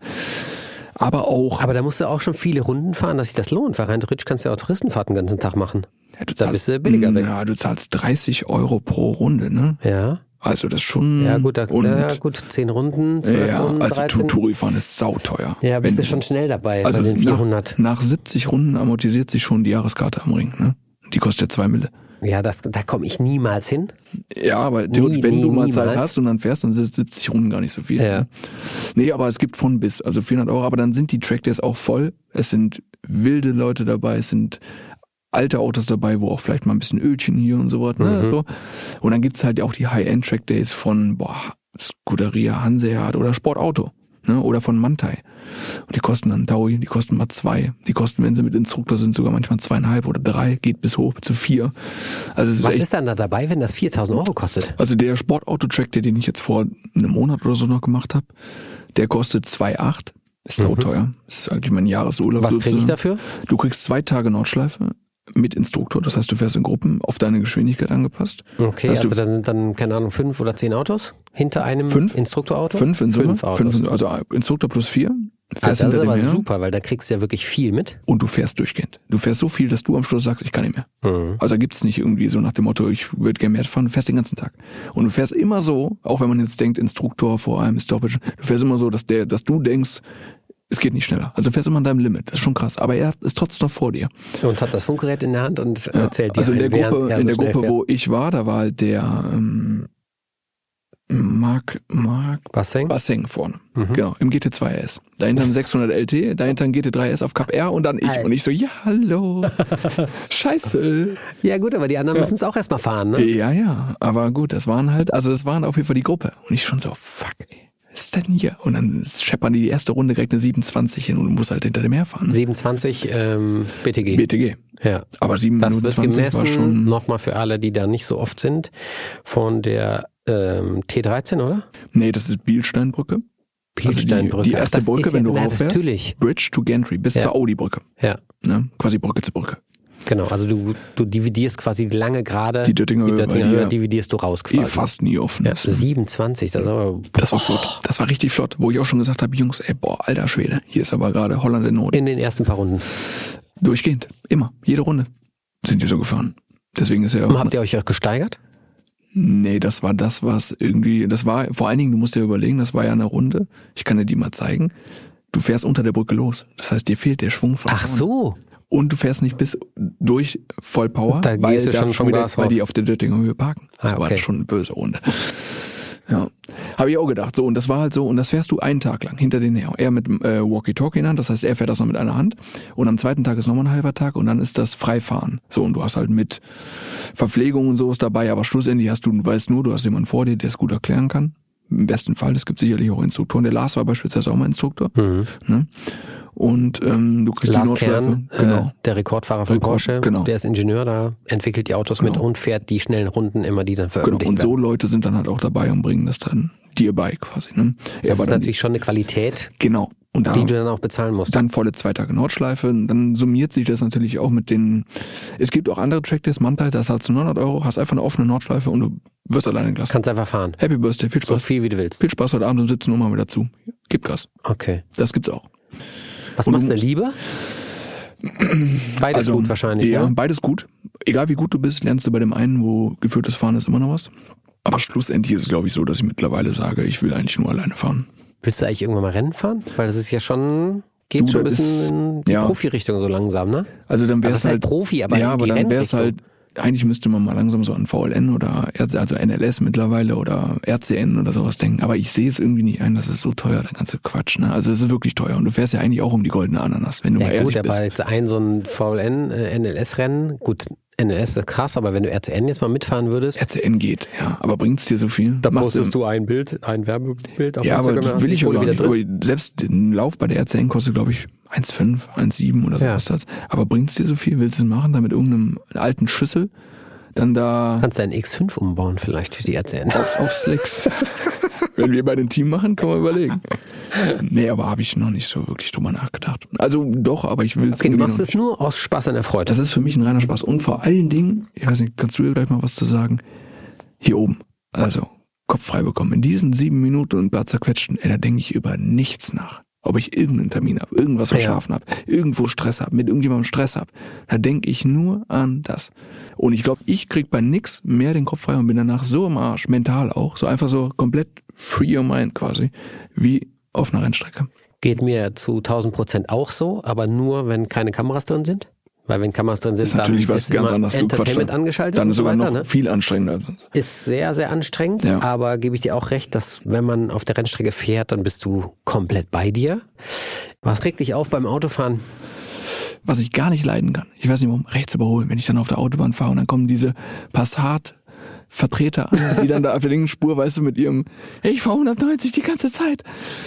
Aber da musst du auch schon viele Runden fahren, dass sich das lohnt, weil rein theoretisch kannst du ja auch Touristenfahrten den ganzen Tag machen. Ja, da bist du billiger weg. Ja, du zahlst 30 € pro Runde, ne? Ja. Also das schon... Ja gut, 10 Runden, 12 Runden, 13. Also Touri-Fahren ist sauteuer. Ja, bist du schon schnell dabei also bei den 400. Nach 70 Runden amortisiert sich schon die Jahreskarte am Ring, ne? Die kostet ja 2 Mille. Ja, da komme ich niemals hin. Ja, aber wenn du mal Zeit hast und dann fährst, dann sind 70 Runden gar nicht so viel. Ja. Nee, aber es gibt von bis, also 400 €, aber dann sind die Trackdays auch voll. Es sind wilde Leute dabei, es sind alte Autos dabei, wo auch vielleicht mal ein bisschen Ölchen hier und so was. Ne? So. Und dann gibt's halt auch die High-End-Trackdays von Scuderia Hanseat oder Sportauto. Ne? Oder von Manthey. Und die kosten dann Taui, die kosten mal 2. Die kosten, wenn sie mit Instruktor sind, sogar manchmal 2,5 oder 3, geht bis hoch zu 4. Also was ist dann da dabei, wenn das 4.000 € kostet? Also der Sportauto-Track, den ich jetzt vor einem Monat oder so noch gemacht habe, der kostet 2,8. Ist sauteuer. Das ist eigentlich mein Jahresurlaub. Was kriege ich dafür? Du kriegst 2 Tage Nordschleife mit Instruktor. Das heißt, du fährst in Gruppen auf deine Geschwindigkeit angepasst. Okay, also dann sind dann, keine Ahnung, 5 oder 10 Autos hinter einem Instruktorauto? 5 in Summe. 5 Autos. Also Instruktor plus 4. Das ist aber super, weil da kriegst du ja wirklich viel mit. Und du fährst durchgehend. Du fährst so viel, dass du am Schluss sagst, ich kann nicht mehr. Also da gibt's nicht irgendwie so nach dem Motto, ich würde gerne mehr fahren. Du fährst den ganzen Tag. Und du fährst immer so, auch wenn man jetzt denkt, Instruktor vor allem ist doppelt, du fährst immer so, dass du denkst, es geht nicht schneller. Also du fährst immer an deinem Limit. Das ist schon krass. Aber er ist trotzdem noch vor dir. Und hat das Funkgerät in der Hand und erzählt dir. Also in der Gruppe, wo ich war, da war halt der Marc Basseng vorne. Genau, im GT2 RS. Dahinter ein 600 LT, dahinter ein GT3 S auf Cup R und dann ich. Und ich so, ja, hallo. Scheiße. Ja gut, aber die anderen müssen es auch erstmal fahren, ne? Ja, aber gut, das waren auf jeden Fall die Gruppe. Und ich schon so, fuck, ey. Was ist denn hier? Und dann scheppern die erste Runde direkt eine 27 hin und du musst halt hinter dem herfahren. 27 BTG. BTG. Ja. Aber 27 war schon... Nochmal für alle, die da nicht so oft sind, von der T13, oder? Nee, das ist Bielsteinbrücke. Bielsteinbrücke. Also die erste Brücke, wenn du rauffährst. Natürlich. Bridge to Gantry, bis zur Audi-Brücke. Ja. Ne? Quasi Brücke zu Brücke. Genau, also du dividierst quasi die lange Gerade, die Döttinger Höhe dividierst du raus quasi. Fast nie offen ja, ist. 27, das war flott. Das war richtig flott, wo ich auch schon gesagt habe, Jungs, alter Schwede, hier ist aber gerade Holland in Not. In den ersten paar Runden. Durchgehend, immer, jede Runde sind die so gefahren. Deswegen ist auch... Habt ihr euch auch gesteigert? Nee, das war vor allen Dingen, du musst dir überlegen, das war ja eine Runde, ich kann dir die mal zeigen, du fährst unter der Brücke los, das heißt, dir fehlt der Schwung von vorne. Ach so. Und du fährst nicht bis durch Vollpower, weil die auf der Döttinger Höhe parken. Das war schon eine böse Runde. Ja, habe ich auch gedacht. So, und das war halt so, und das fährst du einen Tag lang hinter den her. Er mit Walkie-Talkie in der Hand, das heißt, er fährt das noch mit einer Hand. Und am zweiten Tag ist nochmal ein halber Tag und dann ist das Freifahren. So, und du hast halt mit Verpflegung und sowas dabei, aber schlussendlich du weißt nur, du hast jemanden vor dir, der es gut erklären kann. Im besten Fall, es gibt sicherlich auch Instruktoren. Der Lars war beispielsweise auch mal Instruktor. Ne? und du kriegst Lars die Nordschleife. Kern, der Rekordfahrer von Porsche, der ist Ingenieur, da entwickelt die Autos mit und fährt die schnellen Runden immer, die dann veröffentlicht werden. Und so Leute sind dann halt auch dabei und bringen das dann dir bei quasi. Ne? Das ist natürlich schon eine Qualität. Genau. Und die du dann auch bezahlen musst. Dann volle 2 Tage Nordschleife. Dann summiert sich das natürlich auch mit den... Es gibt auch andere Trackdays, Mantai, da zahlst du 900 €, hast einfach eine offene Nordschleife und du wirst alleine gelassen. Kannst einfach fahren. Happy Birthday, viel Spaß. So viel wie du willst. Viel Spaß heute Abend um 17 Uhr mal wieder zu. Gib Gas. Okay. Das gibt's auch. Was machst du lieber? Beides gut wahrscheinlich, ja, ne? Beides gut. Egal wie gut du bist, lernst du bei dem einen, wo geführtes Fahren ist, immer noch was. Aber schlussendlich ist es, glaube ich, so, dass ich mittlerweile sage, ich will eigentlich nur alleine fahren. Willst du eigentlich irgendwann mal Rennen fahren? Weil das ist ja schon, geht schon ein bisschen in die Profi-Richtung so langsam, ne? Also dann wäre es halt Profi, aber ja, in die aber dann wäre es Rennrichtung. halt, eigentlich müsste man mal langsam so an VLN oder also NLS mittlerweile oder RCN oder sowas denken. Aber ich sehe es irgendwie nicht ein, das ist so teuer, der ganze Quatsch, ne? Also es ist wirklich teuer und du fährst ja eigentlich auch um die goldene Ananas, wenn du mal ehrlich bist. Ja gut, aber so ein VLN, NLS-Rennen, gut, NLS ist krass, aber wenn du RCN jetzt mal mitfahren würdest. RCN geht, ja, aber bringt's dir so viel? Da postest du ein Bild, ein Werbebild auf Instagram. Ja, aber will ich auch gar nicht. Aber selbst ein Lauf bei der RCN kostet, glaube ich, 1,5, 1,7 oder sowas. Ja. Aber bringt's dir so viel? Willst du es machen, da mit irgendeinem alten Schüssel? Dann da... Kannst du einen X5 umbauen vielleicht für die RCN. Auf Slicks. Wenn wir bei dem Team machen, kann man überlegen. Nee, aber habe ich noch nicht so wirklich drüber nachgedacht. Also doch, aber ich will es okay, du machst es nur aus Spaß an der Freude. Das ist für mich ein reiner Spaß. Und vor allen Dingen, ich weiß nicht, kannst du hier gleich mal was zu sagen? Hier oben. Also, Kopf frei bekommen. In diesen 7 Minuten und Bart zerquetschen, da denke ich über nichts nach. Ob ich irgendeinen Termin habe, irgendwas verschlafen habe, irgendwo Stress habe, mit irgendjemandem Stress habe. Da denke ich nur an das. Und ich glaube, ich krieg bei nix mehr den Kopf frei und bin danach so im Arsch, mental auch, so einfach so komplett free your mind quasi, wie auf einer Rennstrecke. Geht mir zu 1000% auch so, aber nur, wenn keine Kameras drin sind. Weil wenn Kameras drin sind, ist natürlich dann was ist ganz anderes. Entertainment angeschaltet. Dann ist sogar weiter, noch viel anstrengender. Ist sehr, sehr anstrengend, aber gebe ich dir auch recht, dass wenn man auf der Rennstrecke fährt, dann bist du komplett bei dir. Was regt dich auf beim Autofahren? Was ich gar nicht leiden kann. Ich weiß nicht, warum rechts überholen, wenn ich dann auf der Autobahn fahre und dann kommen diese Passat-Vertreter an, die dann da auf der linken Spur, weißt du, mit ihrem, ich fahre 190 die ganze Zeit.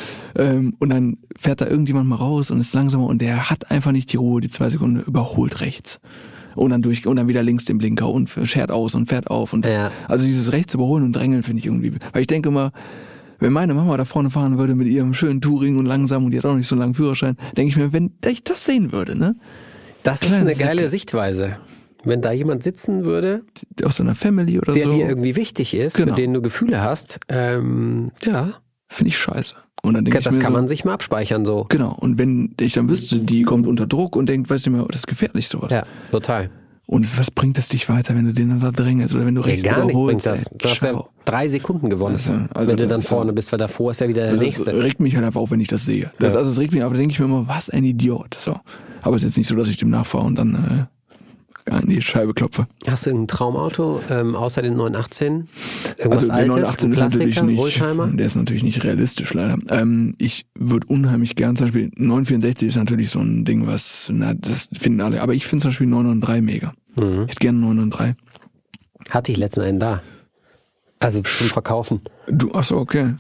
Und dann fährt da irgendjemand mal raus und ist langsamer und der hat einfach nicht die Ruhe, die 2 Sekunden überholt rechts. Und dann wieder links den Blinker und schert aus und fährt auf. Und also dieses rechts überholen und drängeln finde ich irgendwie, weil ich denke immer, wenn meine Mama da vorne fahren würde mit ihrem schönen Touring und langsam und die hat auch nicht so einen langen Führerschein, denke ich mir, wenn ich das sehen würde, ne? Das ist eine geile Sichtweise. Wenn da jemand sitzen würde, aus so einer Family oder der so, der dir irgendwie wichtig ist, mit denen du Gefühle hast, finde ich scheiße. Und dann das kann man sich mal abspeichern so. Genau. Und wenn ich dann wüsste, die kommt unter Druck und denkt, weißt du mal, das ist gefährlich sowas. Ja, total. Und was bringt es dich weiter, wenn du den dann da drängelst oder wenn du rechts gar überholst? Nicht bringt das. Du hast ja 3 Sekunden gewonnen, wenn du dann vorne bist, weil davor ist ja wieder der Nächste. Das regt mich halt einfach auf, wenn ich das sehe. Also es regt mich, aber da denke ich mir immer, was ein Idiot. So. Aber es ist jetzt nicht so, dass ich dem nachfahre und dann in die Scheibe klopfe. Hast du ein Traumauto, außer den 918? Also der 918 ist natürlich nicht, Oldtimer? Der ist natürlich nicht realistisch leider. Ich würde unheimlich gern, zum Beispiel 964 ist natürlich so ein Ding, das finden alle, aber ich finde zum Beispiel 993 mega. Ich hätte gerne 993. Hatte ich letztens einen da. Also zum Verkaufen. Achso, okay.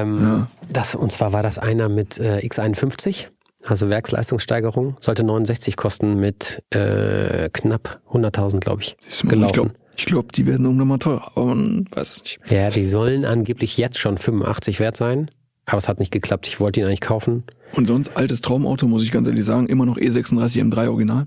Und zwar war das einer mit X51. Also Werksleistungssteigerung, sollte 69 kosten mit knapp 100.000, glaube ich, gelaufen. Ich glaube, die werden irgendwann mal teurer, aber man weiß es nicht. Ja, die sollen angeblich jetzt schon 85 wert sein, aber es hat nicht geklappt. Ich wollte ihn eigentlich kaufen. Und sonst altes Traumauto, muss ich ganz ehrlich sagen, immer noch E36 M3 Original.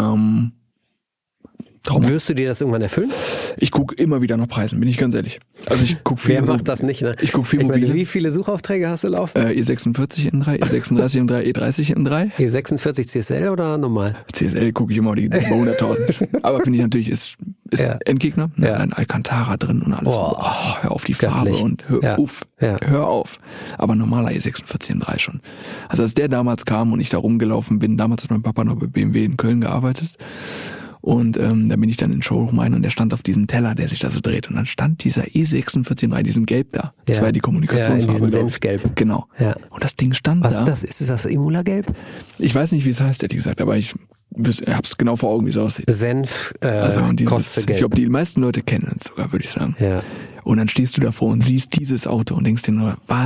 Wirst du dir das irgendwann erfüllen? Ich gucke immer wieder nach Preisen, bin ich ganz ehrlich. Also ich gucke viel. Wer macht das nicht, ne? Ich gucke viel mobile. Wie viele Suchaufträge hast du laufen? E46 M3, E36 M3, E30 M3. E46 CSL oder normal? CSL gucke ich immer die 100.000. Aber finde ich natürlich, ist Endgegner. Ja. Ein Alcantara drin und alles. Hör auf die Farbe und hör auf. Aber normaler E46 M3 schon. Also als der damals kam und ich da rumgelaufen bin, damals hat mein Papa noch bei BMW in Köln gearbeitet. Und da bin ich dann in den Showroom rein und der stand auf diesem Teller, der sich da so dreht. Und dann stand dieser E46 bei diesem Gelb da. Das war ja die Kommunikationsfarbe. In diesem Senfgelb. Genau. Ja. Und das Ding stand da. Was ist das? Ist das Imola-Gelb? Ich weiß nicht, wie es heißt, ehrlich gesagt, aber ich hab's genau vor Augen, wie es aussieht. Senf, Kostgelb. Ich glaube, die meisten Leute kennen es sogar, würde ich sagen. Ja. Und dann stehst du davor und siehst dieses Auto und denkst dir nur, was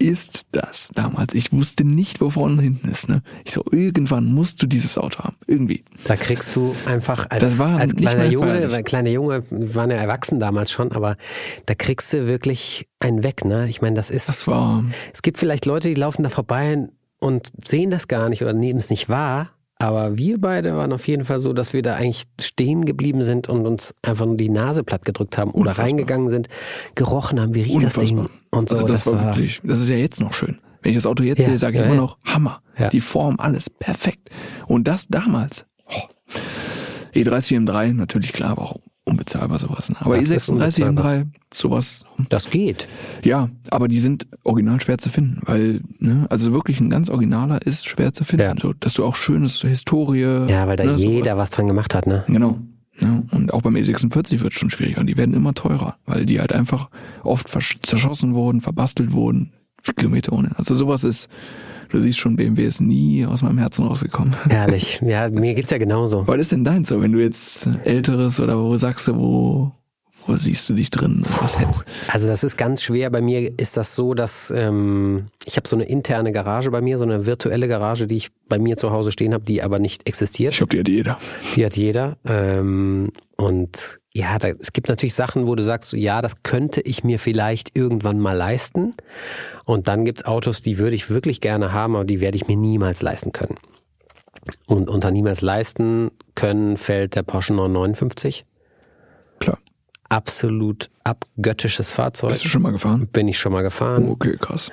ist das damals? Ich wusste nicht, wo vorne und hinten ist. Ne? Ich so, irgendwann musst du dieses Auto haben. Irgendwie. Da kriegst du einfach als kleiner Junge, wir waren ja erwachsen damals schon, aber da kriegst du wirklich einen weg. Ne? Ich meine, es gibt vielleicht Leute, die laufen da vorbei und sehen das gar nicht oder nehmen es nicht wahr. Aber wir beide waren auf jeden Fall so, dass wir da eigentlich stehen geblieben sind und uns einfach nur die Nase platt gedrückt haben oder reingegangen sind, gerochen haben, wie riecht das Ding und so. Also das war wirklich, das ist ja jetzt noch schön. Wenn ich das Auto jetzt sehe, sage ich immer noch, Hammer. Ja. Die Form, alles perfekt. Und das damals, E30 M3, natürlich klar, aber auch unbezahlbar sowas. Ne? Aber E36 M3, sowas. Das geht. Ja, aber die sind original schwer zu finden, weil, ne, also wirklich ein ganz originaler ist schwer zu finden. Ja. So, dass du auch schönes Historie. Ja, weil da jeder was dran gemacht hat, ne? Genau. Ja, und auch beim E46 wird es schon schwieriger und die werden immer teurer, weil die halt einfach oft zerschossen wurden, verbastelt wurden, Kilometer ohne. Also sowas ist, du siehst schon, BMW ist nie aus meinem Herzen rausgekommen. Ehrlich, ja, mir geht's ja genauso. Was ist denn deins so, wenn du jetzt älteres oder wo sagst du, wo siehst du dich drin? Was hättest? Also das ist ganz schwer. Bei mir ist das so, dass ich habe so eine interne Garage bei mir, so eine virtuelle Garage, die ich bei mir zu Hause stehen habe, die aber nicht existiert. Ich glaube, die hat jeder. Die hat jeder. Und ja, es gibt natürlich Sachen, wo du sagst, ja, das könnte ich mir vielleicht irgendwann mal leisten. Und dann gibt's Autos, die würde ich wirklich gerne haben, aber die werde ich mir niemals leisten können. Und unter niemals leisten können fällt der Porsche 959. Klar. Absolut abgöttisches Fahrzeug. Bist du schon mal gefahren? Bin ich schon mal gefahren. Oh, okay, krass.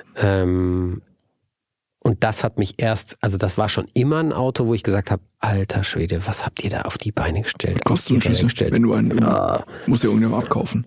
Und das hat mich das war schon immer ein Auto, wo ich gesagt habe, alter Schwede, was habt ihr da auf die Beine gestellt? Was kostet ein Schlüssel? Wenn du einen musst du ja irgendjemandem abkaufen.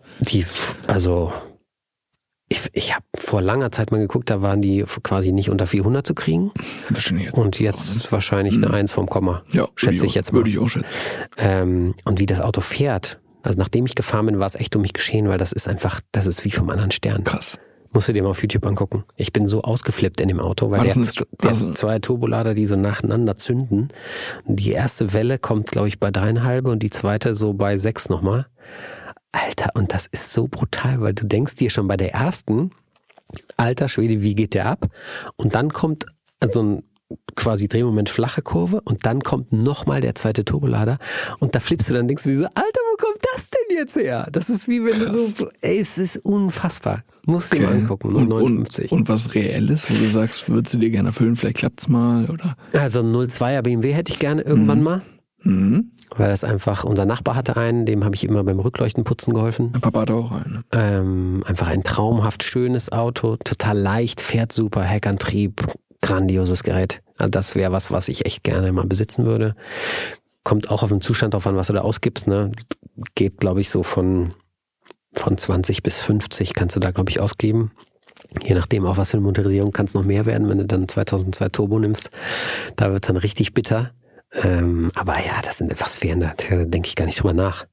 Ich habe vor langer Zeit mal geguckt, da waren die quasi nicht unter 400 zu kriegen. Und jetzt wahrscheinlich eine 1 vom Komma. Ja, schätze ich jetzt mal. Würde ich auch schätzen. Und wie das Auto fährt. Also nachdem ich gefahren bin, war es echt um mich geschehen, weil das ist wie vom anderen Stern. Krass. Musst du dir mal auf YouTube angucken. Ich bin so ausgeflippt in dem Auto, weil der hat 2 Turbolader, die so nacheinander zünden. Und die erste Welle kommt, glaube ich, bei 3,5 und die zweite so bei 6 nochmal. Alter, und das ist so brutal, weil du denkst dir schon bei der ersten, alter Schwede, wie geht der ab? Und dann kommt so ein quasi Drehmoment flache Kurve und dann kommt nochmal der zweite Turbolader und da flippst du dann, denkst du dir so, Alter, wo kommt das denn jetzt her? Das ist wie wenn du so, es ist unfassbar. Musst du dir mal angucken, 59. Und was Reelles, wo du sagst, würdest du dir gerne erfüllen, vielleicht klappt's mal, oder? Also ein 02er BMW hätte ich gerne irgendwann mal. Mhm. Weil das einfach, unser Nachbar hatte einen, dem habe ich immer beim Rückleuchtenputzen geholfen. Mein Papa hatte auch einen. Einfach ein traumhaft schönes Auto, total leicht, fährt super, Heckantrieb, grandioses Gerät. Also das wäre was ich echt gerne mal besitzen würde. Kommt auch auf den Zustand drauf an, was du da ausgibst. Ne? Geht, glaube ich, so von 20 bis 50 kannst du da, glaube ich, ausgeben. Je nachdem, auch was für eine Motorisierung, kann es noch mehr werden, wenn du dann 2002 Turbo nimmst. Da wird es dann richtig bitter. Aber ja, was wären da denke ich gar nicht drüber nach.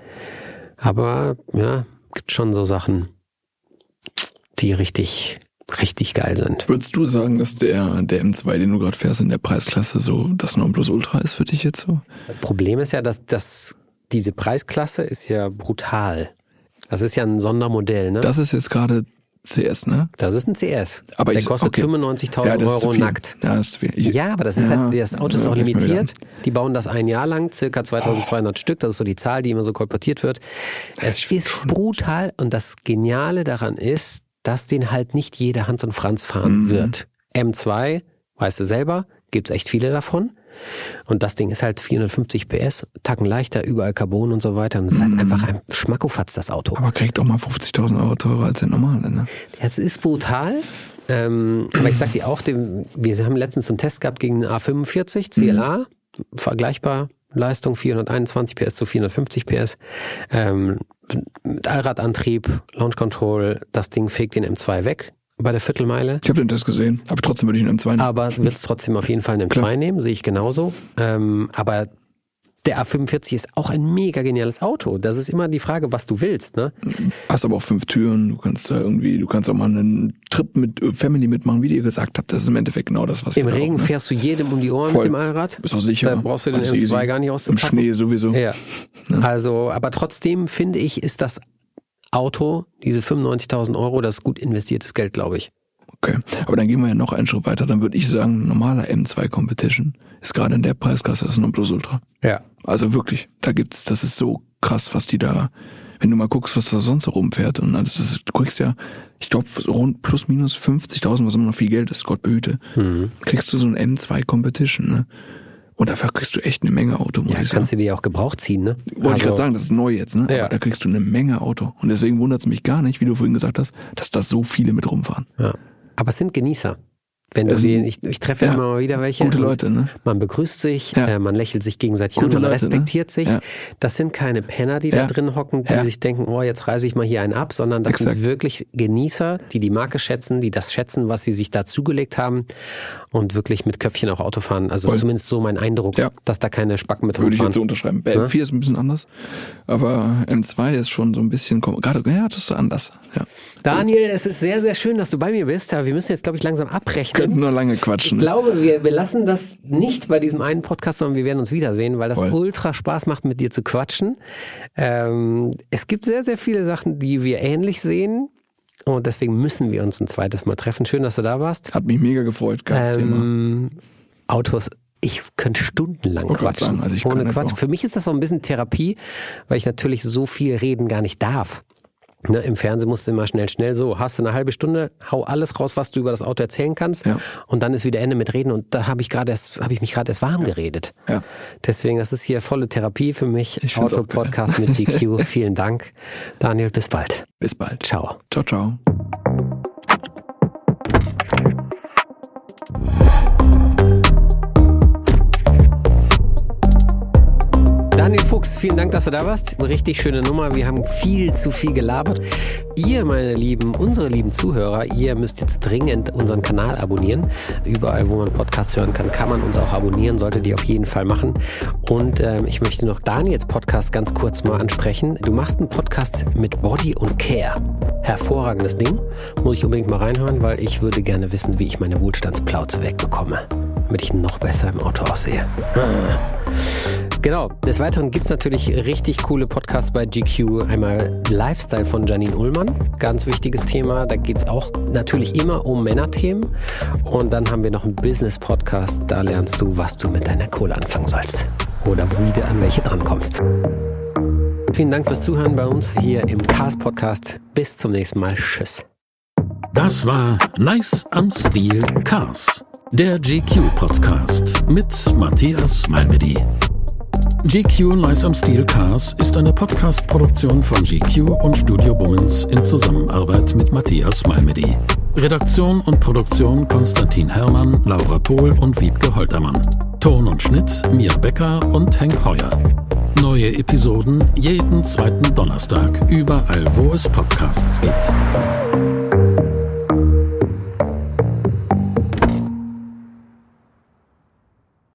Aber ja, gibt schon so Sachen, die richtig geil sind. Würdest du sagen, dass der M2, den du gerade fährst, in der Preisklasse so das Nonplusultra ist für dich jetzt so? Das Problem ist ja, dass diese Preisklasse ist ja brutal. Das ist ja ein Sondermodell, ne? Das ist jetzt gerade CS, ne? Das ist ein CS. Aber der kostet 95.000 Euro nackt. Ja, aber das ist das Auto ist auch limitiert. Die bauen das ein Jahr lang, circa 2200 Stück. Das ist so die Zahl, die immer so kolportiert wird. Es ist brutal und das Geniale daran ist, dass den halt nicht jeder Hans und Franz fahren wird. M2, weißt du selber, gibt's echt viele davon. Und das Ding ist halt 450 PS, Tacken leichter, überall Carbon und so weiter. Und es ist halt einfach ein Schmackofatz, das Auto. Aber kriegt auch mal 50.000 Euro teurer als der normale, ne? Es ist brutal. Aber ich sag dir auch, wir haben letztens einen Test gehabt gegen einen A45 CLA. Vergleichbar, Leistung 421 PS zu 450 PS. Mit Allradantrieb, Launch Control, das Ding fegt den M2 weg. Bei der Viertelmeile. Ich habe den Test gesehen, aber trotzdem würde ich einen M2 nehmen. Aber wird es trotzdem auf jeden Fall einen M2 nehmen, sehe ich genauso. Aber der A45 ist auch ein mega geniales Auto. Das ist immer die Frage, was du willst, ne? Hast aber auch 5 Türen, du kannst auch mal einen Trip mit Family mitmachen, wie ihr gesagt habt. Das ist im Endeffekt genau das, was im Regen auch, ne? Fährst du jedem um die Ohren mit dem Allrad. Ist auch sicher. Da brauchst du den M2 easy. Gar nicht auszupacken. Im Schnee sowieso. Ja. Also, aber trotzdem finde ich, ist das Auto, diese 95.000 Euro, das ist gut investiertes Geld, glaube ich. Okay, aber dann gehen wir ja noch einen Schritt weiter. Dann würde ich sagen, normaler M2 Competition ist gerade in der Preisklasse das Nonplusultra. Ja. Also wirklich, das ist so krass, was die da, wenn du mal guckst, was da sonst rumfährt und alles, du kriegst ja, ich glaube, rund plus minus 50.000, was immer noch viel Geld ist, Gott behüte, kriegst du so ein M2 Competition, ne? Und dafür kriegst du echt eine Menge Auto, muss ich sagen. Kannst du dir auch gebraucht ziehen, ne? Wollte ich gerade sagen, das ist neu jetzt, ne? Ja. Aber da kriegst du eine Menge Auto. Und deswegen wundert es mich gar nicht, wie du vorhin gesagt hast, dass da so viele mit rumfahren. Ja. Aber es sind Genießer. Wenn du sie, ich treffe ja immer mal wieder welche. Gute Leute, ne? Man begrüßt sich, man lächelt sich gegenseitig gute an, man Leute, respektiert sich. Ja. Das sind keine Penner, die da drin hocken, die sich denken, oh, jetzt reiße ich mal hier einen ab, sondern das sind wirklich Genießer, die die Marke schätzen, die das schätzen, was sie sich da zugelegt haben und wirklich mit Köpfchen auch Auto fahren. Also zumindest so mein Eindruck, dass da keine Spacken mit rumfahren. Würde ich jetzt so unterschreiben. Bei M4 ist ein bisschen anders, aber M2 ist schon so ein bisschen, gerade, das ist so anders. Ja. Daniel, es ist sehr, sehr schön, dass du bei mir bist, aber wir müssen jetzt, glaube ich, langsam abrechnen. Könnten nur lange quatschen. Ich glaube, wir lassen das nicht bei diesem einen Podcast, sondern wir werden uns wiedersehen, weil das ultra Spaß macht, mit dir zu quatschen. Es gibt sehr, sehr viele Sachen, die wir ähnlich sehen. Und deswegen müssen wir uns ein zweites Mal treffen. Schön, dass du da warst. Hat mich mega gefreut, geiles Thema. Autos. Ich könnte stundenlang quatschen. Sagen, also ohne Quatsch. Für mich ist das so ein bisschen Therapie, weil ich natürlich so viel reden gar nicht darf. Ne, im Fernsehen musst du immer schnell so, hast du eine halbe Stunde, hau alles raus, was du über das Auto erzählen kannst und dann ist wieder Ende mit Reden und da habe ich mich gerade erst warm geredet. Ja. Deswegen, das ist hier volle Therapie für mich. Auto-Podcast mit GQ. Vielen Dank. Daniel, bis bald. Bis bald. Ciao. Ciao, ciao. Daniel Fuchs, vielen Dank, dass du da warst. Eine richtig schöne Nummer. Wir haben viel zu viel gelabert. Ihr, meine Lieben, unsere lieben Zuhörer, ihr müsst jetzt dringend unseren Kanal abonnieren. Überall, wo man Podcasts hören kann, kann man uns auch abonnieren. Solltet ihr auf jeden Fall machen. Und ich möchte noch Daniels Podcast ganz kurz mal ansprechen. Du machst einen Podcast mit Body und Care. Hervorragendes Ding. Muss ich unbedingt mal reinhören, weil ich würde gerne wissen, wie ich meine Wohlstandsplauze wegbekomme. Damit ich noch besser im Auto aussehe. Genau, des Weiteren gibt's natürlich richtig coole Podcasts bei GQ. Einmal Lifestyle von Janine Ullmann, ganz wichtiges Thema. Da geht's auch natürlich immer um Männerthemen. Und dann haben wir noch einen Business-Podcast. Da lernst du, was du mit deiner Kohle anfangen sollst. Oder wie du an welche drankommst. Vielen Dank fürs Zuhören bei uns hier im Cars-Podcast. Bis zum nächsten Mal. Tschüss. Das war Nice am Stil Cars, der GQ-Podcast mit Matthias Malmedy. GQ Nice am Stil Cars ist eine Podcast-Produktion von GQ und Studio Bummens in Zusammenarbeit mit Matthias Malmedy. Redaktion und Produktion Konstantin Herrmann, Laura Pohl und Wiebke Holtermann. Ton und Schnitt Mia Becker und Henk Heuer. Neue Episoden jeden zweiten Donnerstag, überall wo es Podcasts gibt.